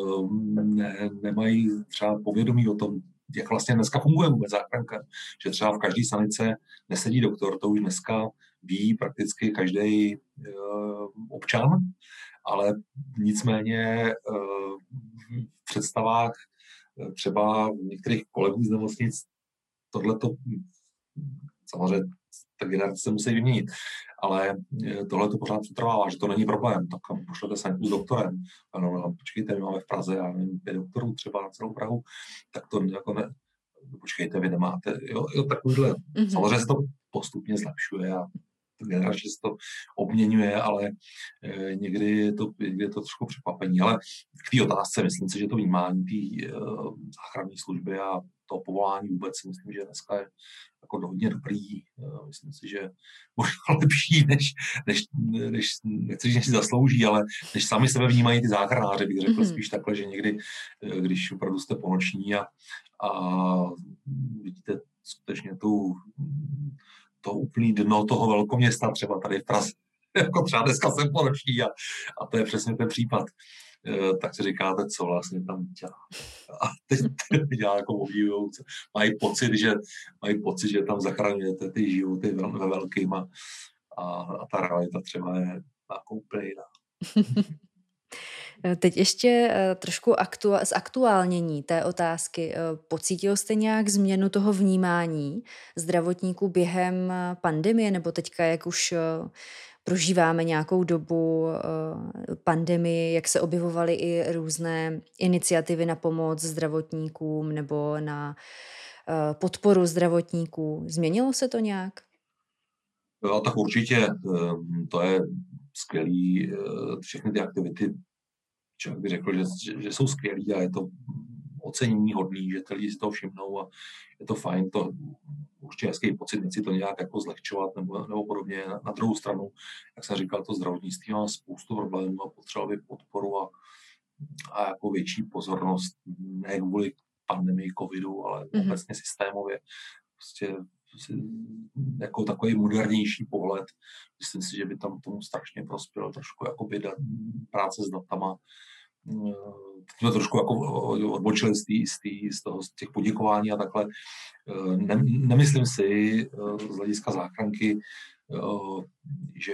nemají třeba povědomí o tom, jak vlastně dneska funguje vůbec záchranka, že třeba v každé sanice nesedí doktor, to už dneska ví prakticky každý občan, ale nicméně v představách třeba některých kolegů z nemocnic tohleto samozřejmě ta generace se musí vyměnit, ale tohle to pořád přetrvává, že to není problém, tak kam pošlete sanitku s doktorem. Ano, počkejte, my máme v Praze, já nevím, 5 doktorů třeba na celou Prahu, tak to jako ne, počkejte, vy nemáte, jo takovýhle. Samozřejmě se to postupně zlepšuje a generace se to obměňuje, ale někdy je to trošku překvapení. Ale k té otázce myslím si, že to vnímání té záchranné služby a toho povolání vůbec si myslím, že dneska je jako hodně dobrý. Myslím si, že možná lepší, než nechci říct, než si zaslouží, ale než sami sebe vnímají ty záchranáři, bych řekl spíš takhle, že někdy, když opravdu jste ponoční a vidíte skutečně to úplný dno toho velkoměsta, třeba tady v Praze, jako třeba dneska jsem ponoční a to je přesně ten případ. Tak si říkáte, co vlastně tam dělá. A teď dělá jako obdivujouce. Mají pocit, že tam zachraňujete ty životy ve velkým a ta realita třeba je jako úplně jiná.
Teď ještě trošku zaktuálnění té otázky. Pocítil jste nějak změnu toho vnímání zdravotníků během pandemie, nebo teďka, jak už prožíváme nějakou dobu pandemii, jak se objevovaly i různé iniciativy na pomoc zdravotníkům nebo na podporu zdravotníků? Změnilo se to nějak?
Jo, tak určitě to je skvělý. Všechny ty aktivity, člověk by řekl, že jsou skvělý a je to ocenění hodný, že ty lidi si toho všimnou a je to fajn, to určitě hezký pocit, nechci to nějak jako zlehčovat nebo podobně. Na druhou stranu, jak jsem říkal, to zdravotnictví má spoustu problémů a potřebuje podporu a jako větší pozornost, ne kvůli pandemii covidu, ale obecně systémově. Prostě jako takový modernější pohled. Myslím si, že by tam tomu strašně prospěl trošku jakoby práce s datama. Jsme trošku jako odbočili z těch poděkování a takhle. Nemyslím si z hlediska záchranky, že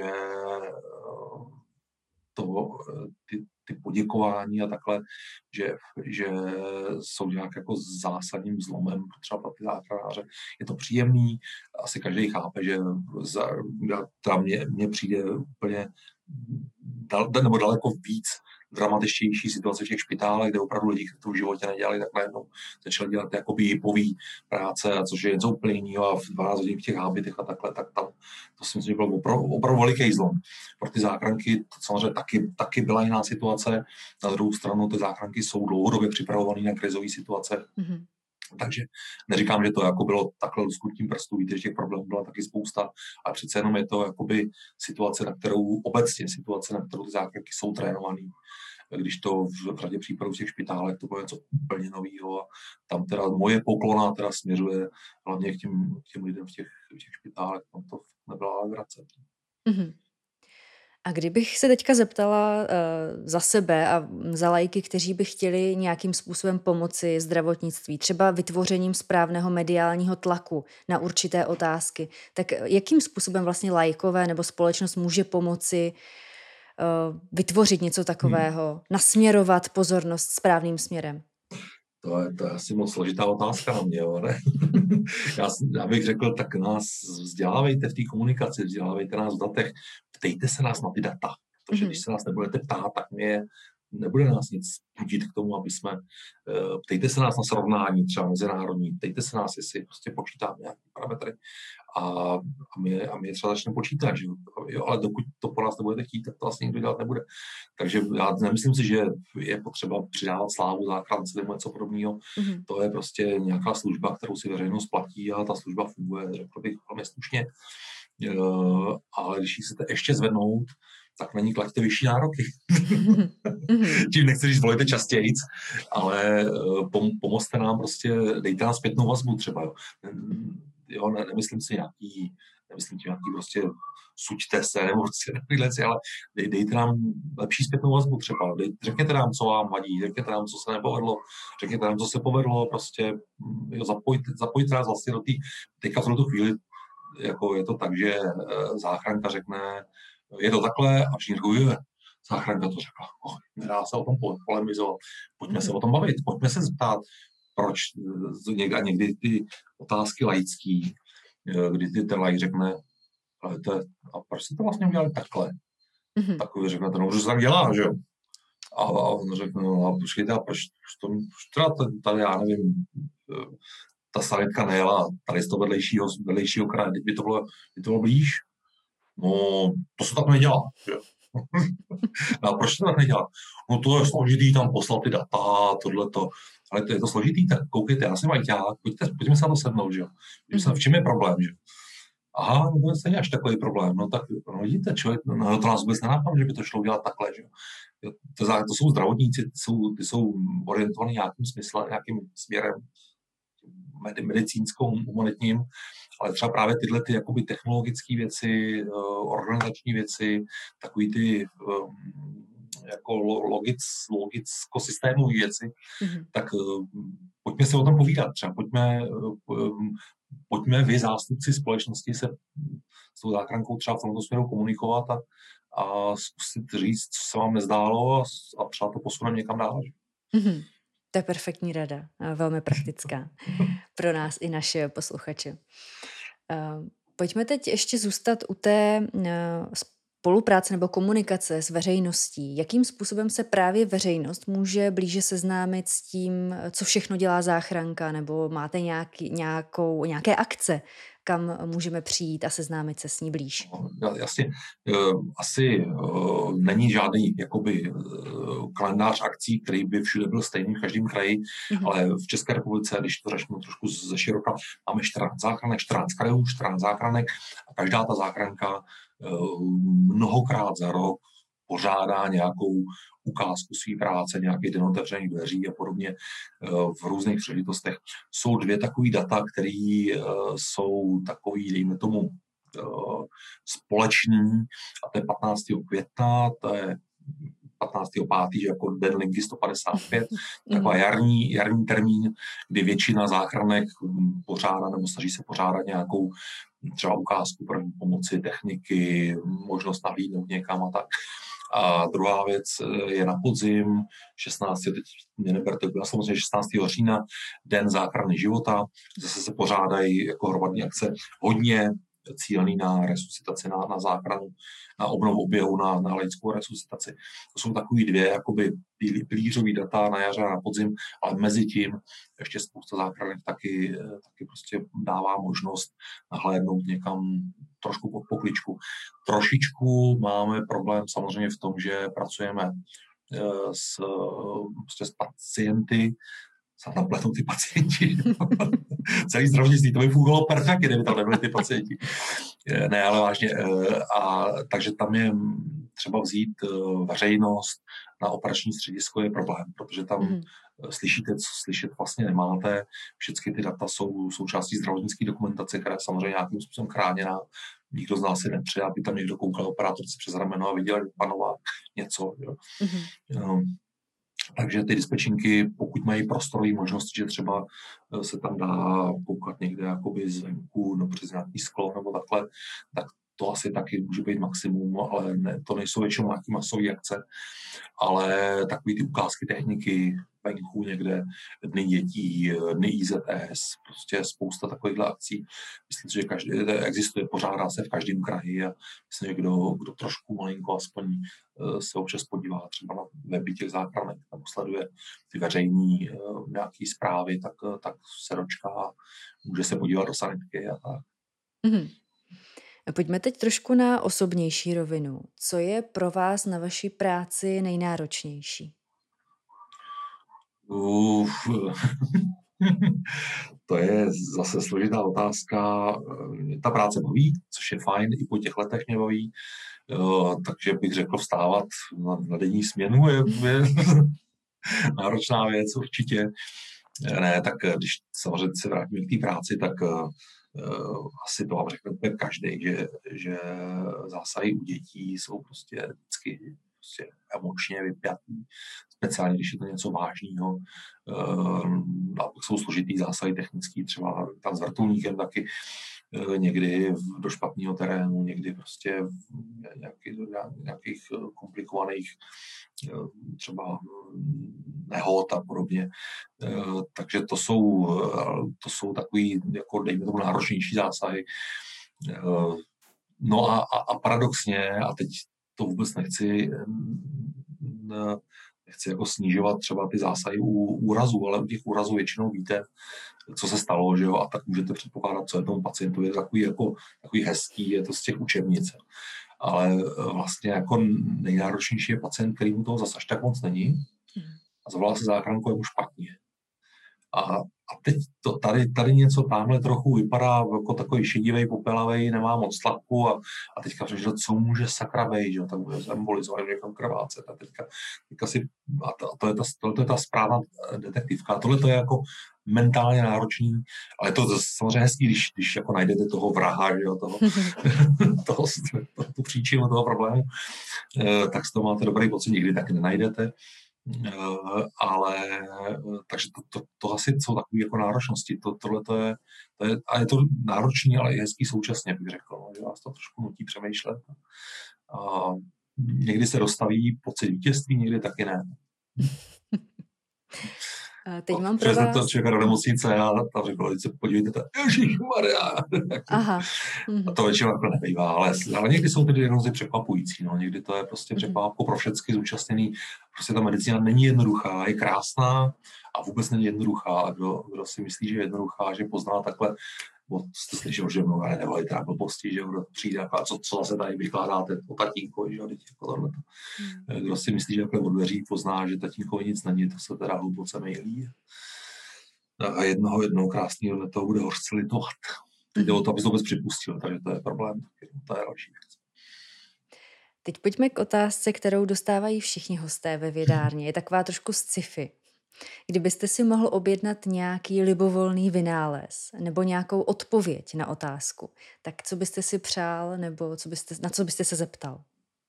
ty poděkování a takhle, že jsou nějak jako zásadním zlomem třeba pro ty záchranáře. Je to příjemný, asi každý chápe, že mně přijde úplně nebo daleko víc dramatičtější situace v těch špitálech, kde opravdu lidi, kteří to v životě nedělali, tak najednou začali dělat jakoby jipový práce, což je něco úplně jiného a v 12 hodin v těch hábitech a takhle, tak tam to si myslím, že byl opravdu veliký zlom. Pro ty záchranky to samozřejmě taky byla jiná situace. Na druhou stranu ty záchranky jsou dlouhodobě připravované na krizové situace. Takže neříkám, že to jako bylo takhle lusknutím prstů, víte, že těch problémů byla taky spousta, ale přece jenom je to jakoby situace, na kterou ty záchranky jsou trénovaný. Když to v řadě případů v těch špitálech to bylo něco úplně nového a tam teda moje poklona teda směřuje hlavně k těm lidem v těch špitálech, tam to nebyla legrace.
A kdybych se teďka zeptala za sebe a za laiky, kteří by chtěli nějakým způsobem pomoci zdravotnictví, třeba vytvořením správného mediálního tlaku na určité otázky, tak jakým způsobem vlastně laikové nebo společnost může pomoci vytvořit něco takového, nasměrovat pozornost správným směrem?
To je asi moc složitá otázka na mě, ne? Já bych řekl, tak nás vzdělávejte v té komunikaci, vzdělávejte nás v datech, ptejte se nás na ty data, protože když se nás nebudete ptát, tak nebude nás nic nutit k tomu, aby jsme, ptejte se nás na srovnání třeba mezinárodní, ptejte se nás, jestli prostě počítáme nějaké parametry a my je třeba začneme počítat, že jo, ale dokud to po nás nebudete chtít, tak to vlastně nikdo dělat nebude. Takže já nemyslím si, že je potřeba přidávat slávu záchrance nebo něco podobného. To je prostě nějaká služba, kterou si veřejnost platí a ta služba funguje, řekl bych, velmi slušně. Ale když ji chcete ještě zvednout, tak na ní klaďte vyšší nároky. Tím nechci říct, volejte častěji, ale pomozte nám prostě, dejte nám zpětnou vazbu třeba. Jo, nemyslím si nějaký prostě suďte se nebo prostě, ale dejte nám lepší zpětnou vazbu třeba. Řekněte nám, co vám vadí, řekněte nám, co se nepovedlo, řekněte nám, co se povedlo, prostě jo, zapojte nás vlastně do teďka v tu chvíli, jako je to tak, že záchranka řekne, je to takhle a všichni říkají, záchranka to řekla, nedá se o tom polemizovat, pojďme se o tom bavit, pojďme se zeptat, proč někdy ty otázky laický, kdy ten laik řekne, a proč se to vlastně udělali takhle? Takový řekne, no, že se tak dělá, že jo? A on řekne, no a počkejte, a proč teda tady, já nevím, ta sanitka nejela tady z toho vedlejšího kraje, by to bylo blíž? No, to se tak nedělá, že jo? A proč to tak nedělá? No to je složitý tam poslat ty data, tohleto. Ale to je to složitý, tak koukejte, já jsem ajťák, pojďme se na to sednout, že jo? V čem je problém, že jo? Aha, no to není až takový problém. No tak, no vidíte, člověk, no to nás vůbec nenápadne, že by to šlo udělat takhle, že jo? To jsou zdravotníci, ty jsou orientovaní nějakým směrem medicínskou, humanitním, ale třeba právě tyhle ty jakoby technologické věci, organizační věci, takový ty jako logicko-systémové věci, tak pojďme se o tom povídat. Třeba pojďme vy, zástupci společnosti, se s tou záchrankou třeba v tomto směru komunikovat a zkusit říct, co se vám nezdálo a třeba to posuneme někam dál.
To je perfektní rada, velmi praktická pro nás i naše posluchače. Pojďme teď ještě zůstat u té spolupráce nebo komunikace s veřejností. Jakým způsobem se právě veřejnost může blíže seznámit s tím, co všechno dělá záchranka, nebo máte nějaké akce, kam můžeme přijít a seznámit se s ní blíž?
Jasně, asi není žádný jakoby kalendář akcí, který by všude byl stejný v každém kraji, ale v České republice, když to řeknu trošku ze široka, máme 14 záchranek, 14 krajů, 14 záchranek a každá ta záchranka mnohokrát za rok pořádá nějakou ukázku své práce, nějaký den otevřených dveří a podobně v různých příležitostech. Jsou dvě takové data, které jsou takový, dejme tomu, společný, a to je 15. května, to je 15.5., že jako Den linky 155, taková jarní termín, kdy většina záchranek pořádá nebo snaží se pořádat nějakou třeba ukázku první pomoci, techniky, možnost nahlídnout někam a tak. A druhá věc je na podzim, 16. teď mě neberte, samozřejmě 16. října, Den záchrany života, zase se pořádají jako hromadní akce, hodně cílený na resuscitaci, na záchranu, na obnovu oběhu, na laickou resuscitaci. To jsou takový dvě jakoby pilířový data na jaře a na podzim, ale mezi tím ještě spousta záchranek taky prostě dává možnost nahlédnout někam trošku pod pokličku. Trošičku máme problém samozřejmě v tom, že pracujeme s pacienty, se tam pletou ty pacienti. Celý zdravotnictví, to by fungovalo perfektně, kdyby tam nebyli ty pacienti. Ne, ale vážně. Takže tam je třeba vzít veřejnost na operační středisko je problém, protože tam slyšíte, co slyšet vlastně nemáte. Všechny ty data jsou součástí zdravotnické dokumentace, která je samozřejmě nějakým způsobem chráněná. Nikdo z nás si nepřeje, aby tam někdo koukal operátorce přes rameno a viděl, že panová něco. Jo. Takže ty dispečinky, pokud mají prostorové možnosti, že třeba se tam dá koukat někde jakoby zvenku, no přes nějaký sklo nebo takhle, tak to asi taky může být maximum, ale ne, to nejsou většinou nějaké masové akce, ale takové ty ukázky techniky venku někde, dny dětí, dny IZS, prostě spousta takovýchhle akcí. Myslím, že existuje, pořádá se v každém kraji a myslím, že kdo trošku malinko aspoň se občas podívá třeba na weby těch záchranek, tam sleduje ty veřejní nějaké zprávy, tak se dočká, může se podívat do sanitky a tak.
Pojďme teď trošku na osobnější rovinu. Co je pro vás na vaší práci nejnáročnější?
To je zase složitá otázka. Ta práce baví, což je fajn, i po těch letech mě baví. Takže bych řekl, vstávat na denní směnu je náročná věc určitě. Ne, tak když samozřejmě se vrátíme k té práci, tak asi to vám řekne úplně každý, že zásahy u dětí jsou prostě vždycky emočně vypjatý, speciálně když je to něco vážného. A pak jsou složitý zásahy technický, třeba tam s vrtulníkem taky někdy do špatného terénu, někdy prostě nějakých komplikovaných třeba nehod a podobně. Takže to jsou takový, jako dejme tomu, náročnější zásahy. No a paradoxně, a teď to vůbec nechci jako snižovat třeba ty zásahy u úrazů, ale u těch úrazů většinou víte, co se stalo, že jo, a tak můžete předpokládat, co je tomu pacientovi takový hezký, je to z těch učebnic. Ale vlastně jako nejnáročnější je pacient, který mu toho zase až tak moc není a zavolá se záchranku, je mu špatně. A teď tady něco tamhle trochu vypadá jako takový šedivej, popelavej, nemá moc tlaku a teďka přešel, co může sakra bejt, že tak bude zembolizovat, někam krvácet a teďka si, to je ta správná detektivka. Tohle to je jako mentálně náročný, ale je to samozřejmě hezký, když jako najdete toho vraha, že jo, tu příčinu toho problému, tak z toho máte dobrý pocit, nikdy taky nenajdete. Ale takže to asi jsou takové jako náročnosti. Tohle to je, a je to náročný, ale i hezký současně, bych řekl, no, že vás to trošku nutí přemýšlet. A někdy se dostaví pocit vítězství, někdy taky ne.
Teď mám pro vás...
to člověka do nemocnice a tam řekl, se podívejte, ježišmarja.
Aha.
A to většinou jako nebývá, ale někdy jsou ty diagnozy překvapující, no. Někdy to je prostě překvapko pro všechny zúčastněný. Prostě ta medicína není jednoduchá, je krásná a vůbec není jednoduchá. A kdo si myslí, že je jednoduchá, že pozná takhle, bo jste slyšel, že mnoho nevali teda blbosti, že kdo přijde a co zase tady vykládáte o tatínkovi, že jako tohleto. Kdo si myslí, že takhle od dveří pozná, že tatínkovi nic není, to se teda hluboce mýlí. A jednoho krásného dne toho bude hořce litovat. Teď jde o to, aby to vůbec připustil, takže to je problém, to je další věc.
Teď pojďme k otázce, kterou dostávají všichni hosté ve vědárně. Je taková trošku sci-fi. Kdybyste si mohl objednat nějaký libovolný vynález nebo nějakou odpověď na otázku, tak co byste si přál nebo na co byste se zeptal?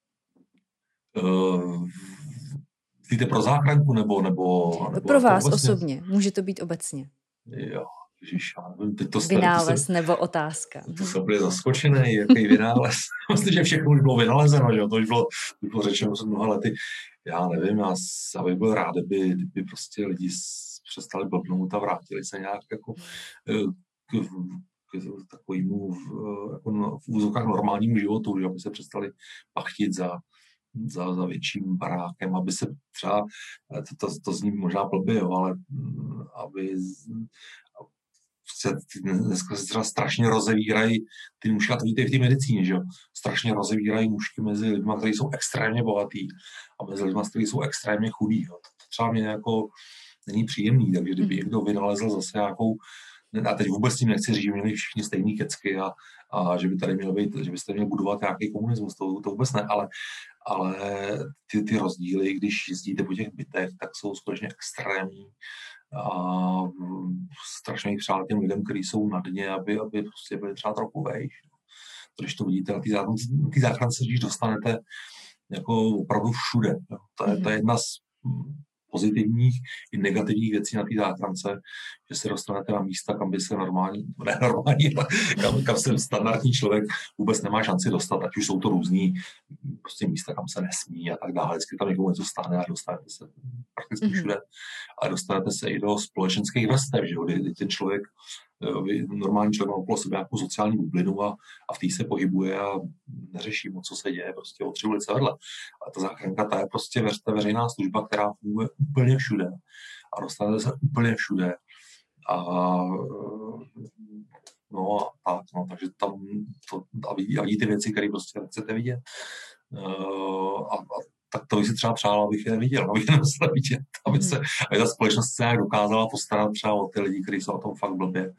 Myslíte pro záchranku nebo
pro vás osobně. Může to být obecně.
Jo, ježiš, já nevím.
Vynález nebo otázka.
To jsem byl zaskočený, jaký vynález. Myslím, že všechno už bylo vynalezeno, že? To už bylo řečeno před mnoha lety. Já nevím, já bych byl rád, kdyby prostě lidi přestali blbnout a vrátili se nějak jako k takovému jako v úzokách normálnímu životu, že aby se přestali pachtit za větším barákem, aby se třeba, to zní možná blbě, ale aby dneska se třeba strašně rozevírají ty nůžky, a to víte i v té medicíně, že jo, strašně rozevírají nůžky mezi lidmi, kteří jsou extrémně bohatý a mezi lidmi, kteří jsou extrémně chudý. Jo. To třeba mě jako není příjemný, takže kdyby někdo vynalezl zase nějakou, a teď vůbec tím nechci říct, že měli všichni stejný kecky a a že by tady měl být, že byste měl budovat nějaký komunismus, to vůbec ne, ale ty rozdíly, když jezdíte po těch bytech, tak jsou skutečně extrémní a strašně jich přál těm lidem, kteří jsou na dně, aby prostě byli třeba trochu vejš. Když to vidíte na té záchrance, když dostanete jako opravdu všude. To je jedna z pozitivních i negativních věcí na té záchrance, že se dostanete na místa, kam by se kam se standardní člověk vůbec nemá šanci dostat, ať už jsou to různý prostě místa, kam se nesmí a tak dále. Vždycky tam někomu něco stane a dostanete se prakticky všude. A dostanete se i do společenských vrstev, že jo, kdy ten člověk, normální člověk má okolo sebe nějakou sociální bublinu a v té se pohybuje a neřeší moc, co se děje prostě o 3 ulice vedle. A ta záchranka, ta je prostě veřejná služba, která funguje úplně všude a dostanete se úplně všude. Takže tam a vidí ty věci, které prostě chcete vidět. Tak to bych si třeba přál, abych je neviděl, abych je nemusel vidět, aby ta společnost se nějak dokázala postarat třeba o ty lidi, kteří jsou na tom fakt blbě.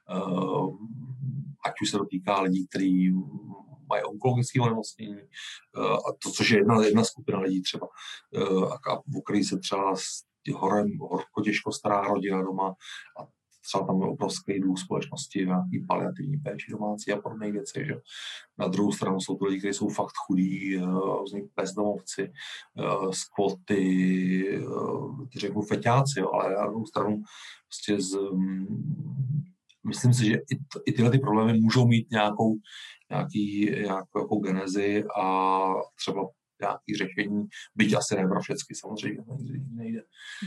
Ať už se to týká lidí, kteří mají onkologické onemocnění, což je jedna skupina lidí třeba, o který se třeba horko těžko stará rodina doma a třeba tam je obrovský dluh společnosti v nějaký paliativní péči domácí a podobných věcí. Že? Na druhou stranu jsou to lidi, kteří jsou fakt chudí, bezdomovci, skvoty, řeknu feťáci, ale na druhou stranu prostě myslím si, že i tyhle ty problémy můžou mít nějakou genezi a třeba nějaké řešení, byť asi ne pro všechny, samozřejmě nejde.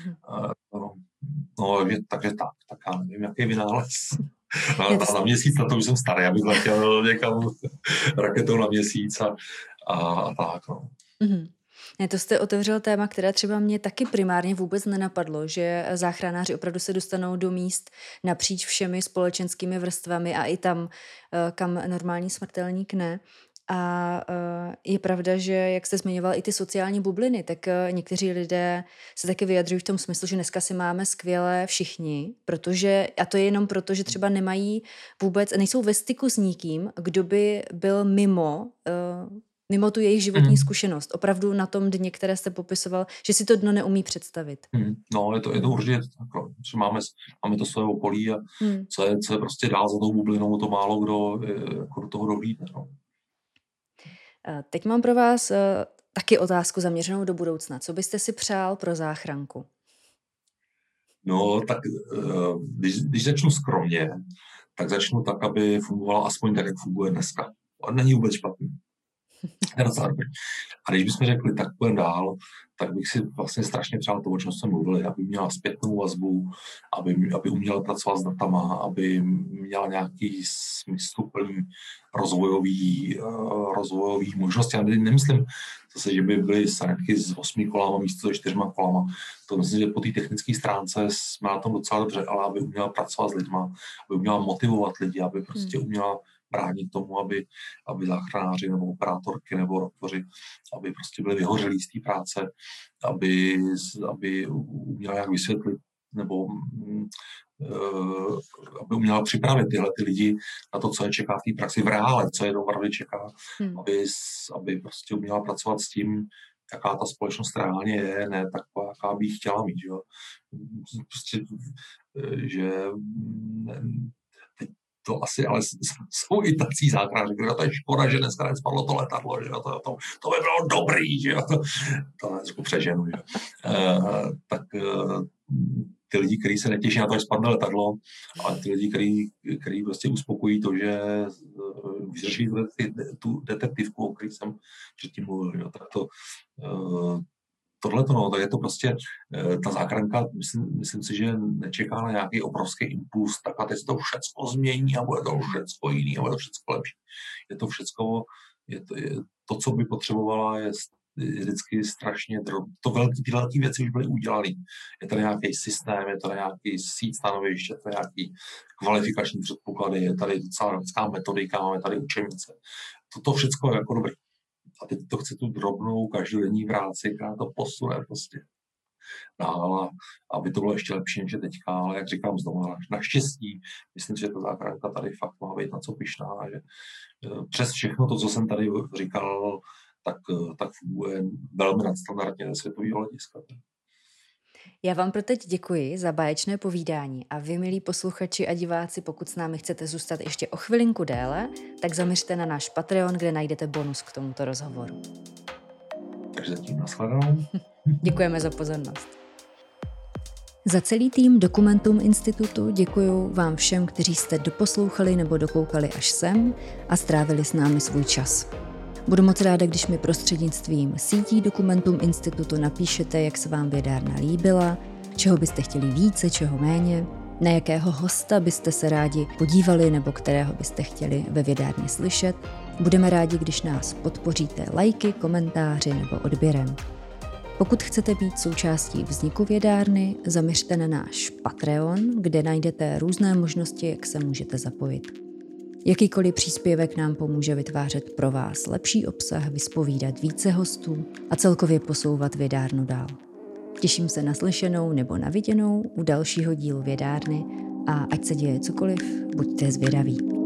Takže tak já nevím, jaký vynález. Na měsíc, na to už jsem starý, abych letěl někam raketou na měsíc a tak. No.
To jste otevřel téma, které třeba mě taky primárně vůbec nenapadlo, že záchranáři opravdu se dostanou do míst napříč všemi společenskými vrstvami a i tam, kam normální smrtelník ne. A je pravda, že jak jste zmiňoval i ty sociální bubliny, tak někteří lidé se taky vyjadřují v tom smyslu, že dneska si máme skvěle všichni, a to je jenom proto, že třeba nejsou ve styku s nikým, kdo by byl mimo tu jejich životní zkušenost. Opravdu na tom dně, které jste popisoval, že si to dno neumí představit.
No, je to určitě takhle, že máme to své okolí a co je prostě dál za tou bublinou, to málo kdo jako do toho dohlídne. No.
Teď mám pro vás taky otázku zaměřenou do budoucna. Co byste si přál pro záchranku?
No, tak když začnu skromně, tak začnu tak, aby fungovala aspoň tak, jak funguje dneska. A není vůbec špatný. A když bychom řekli, tak půjdeme dál, tak bych si vlastně strašně přál to, o čem jsme mluvili, aby měla zpětnou vazbu, aby uměla pracovat s datama, aby měla nějaký smysluplný rozvojový možnosti. Já nemyslím zase, že by byly sanitky s 8 kolama místo se 4 kolama. To myslím, že po té technické stránce jsme na tom docela dobře, ale aby uměla pracovat s lidma, aby uměla motivovat lidi, aby prostě uměla bránit tomu, aby záchranáři nebo operátorky nebo doktoři, aby prostě byli vyhořelí z té práce, aby uměla jak vysvětlit nebo aby uměla připravit tyhle ty lidi na to, co je čeká v té praxi v reále, co je opravdu čeká, aby prostě uměla pracovat s tím, jaká ta společnost reálně je, ne taková, jaká by chtěla mít. Že? Prostě, že to asi, ale jsou i tací záchranáři, že to je škoda, že dneska nespadlo to letadlo, že to by bylo dobrý, že to trošku přeženu, že tak ty lidi, kteří se netěší na to, že spadne letadlo, ale ty lidi, kteří prostě uspokojí to, že vyřeší tu detektivku, o který jsem předtím mluvil, že? Tak tohleto, tak je to prostě ta záchranka, myslím si, že nečeká na nějaký obrovský impuls, tak a teď se to všecko změní a bude to všecko jiný a bude to všecko lepší. Je to všecko, to, co by potřebovala, je vždycky strašně ty velké věci už byly udělané. Je tady nějaký systém, je tady nějaký síť stanovišť, je tady nějaký kvalifikační předpoklady, je tady docela lidská metodika, máme tady učebnice. To všecko je jako dobré. A teď to chce tu drobnou každodenní práci, která to posune prostě. dál, aby to bylo ještě lepší, než je teďka, ale jak říkám znovu, naštěstí, myslím, že ta záchranka tady fakt má být na co pyšná, že přes všechno to, co jsem tady říkal, tak funguje velmi nadstandardně ze světového hlediska.
Já vám pro teď děkuji za báječné povídání a vy, milí posluchači a diváci, pokud s námi chcete zůstat ještě o chvilinku déle, tak zaměřte na náš Patreon, kde najdete bonus k tomuto rozhovoru.
Takže zatím nashledanou.
Děkujeme za pozornost. Za celý tým Dokumentum Institutu děkuji vám všem, kteří jste doposlouchali nebo dokoukali až sem a strávili s námi svůj čas. Budu moc ráda, když mi prostřednictvím sítí Dokumentum Institutu napíšete, jak se vám vědárna líbila, čeho byste chtěli více, čeho méně, na jakého hosta byste se rádi podívali nebo kterého byste chtěli ve vědárně slyšet. Budeme rádi, když nás podpoříte lajky, komentáři nebo odběrem. Pokud chcete být součástí vzniku vědárny, zaměřte na náš Patreon, kde najdete různé možnosti, jak se můžete zapojit. Jakýkoliv příspěvek nám pomůže vytvářet pro vás lepší obsah, vyspovídat více hostů a celkově posouvat vědárnu dál. Těším se na slyšenou nebo na viděnou u dalšího dílu vědárny a ať se děje cokoliv, buďte zvědaví.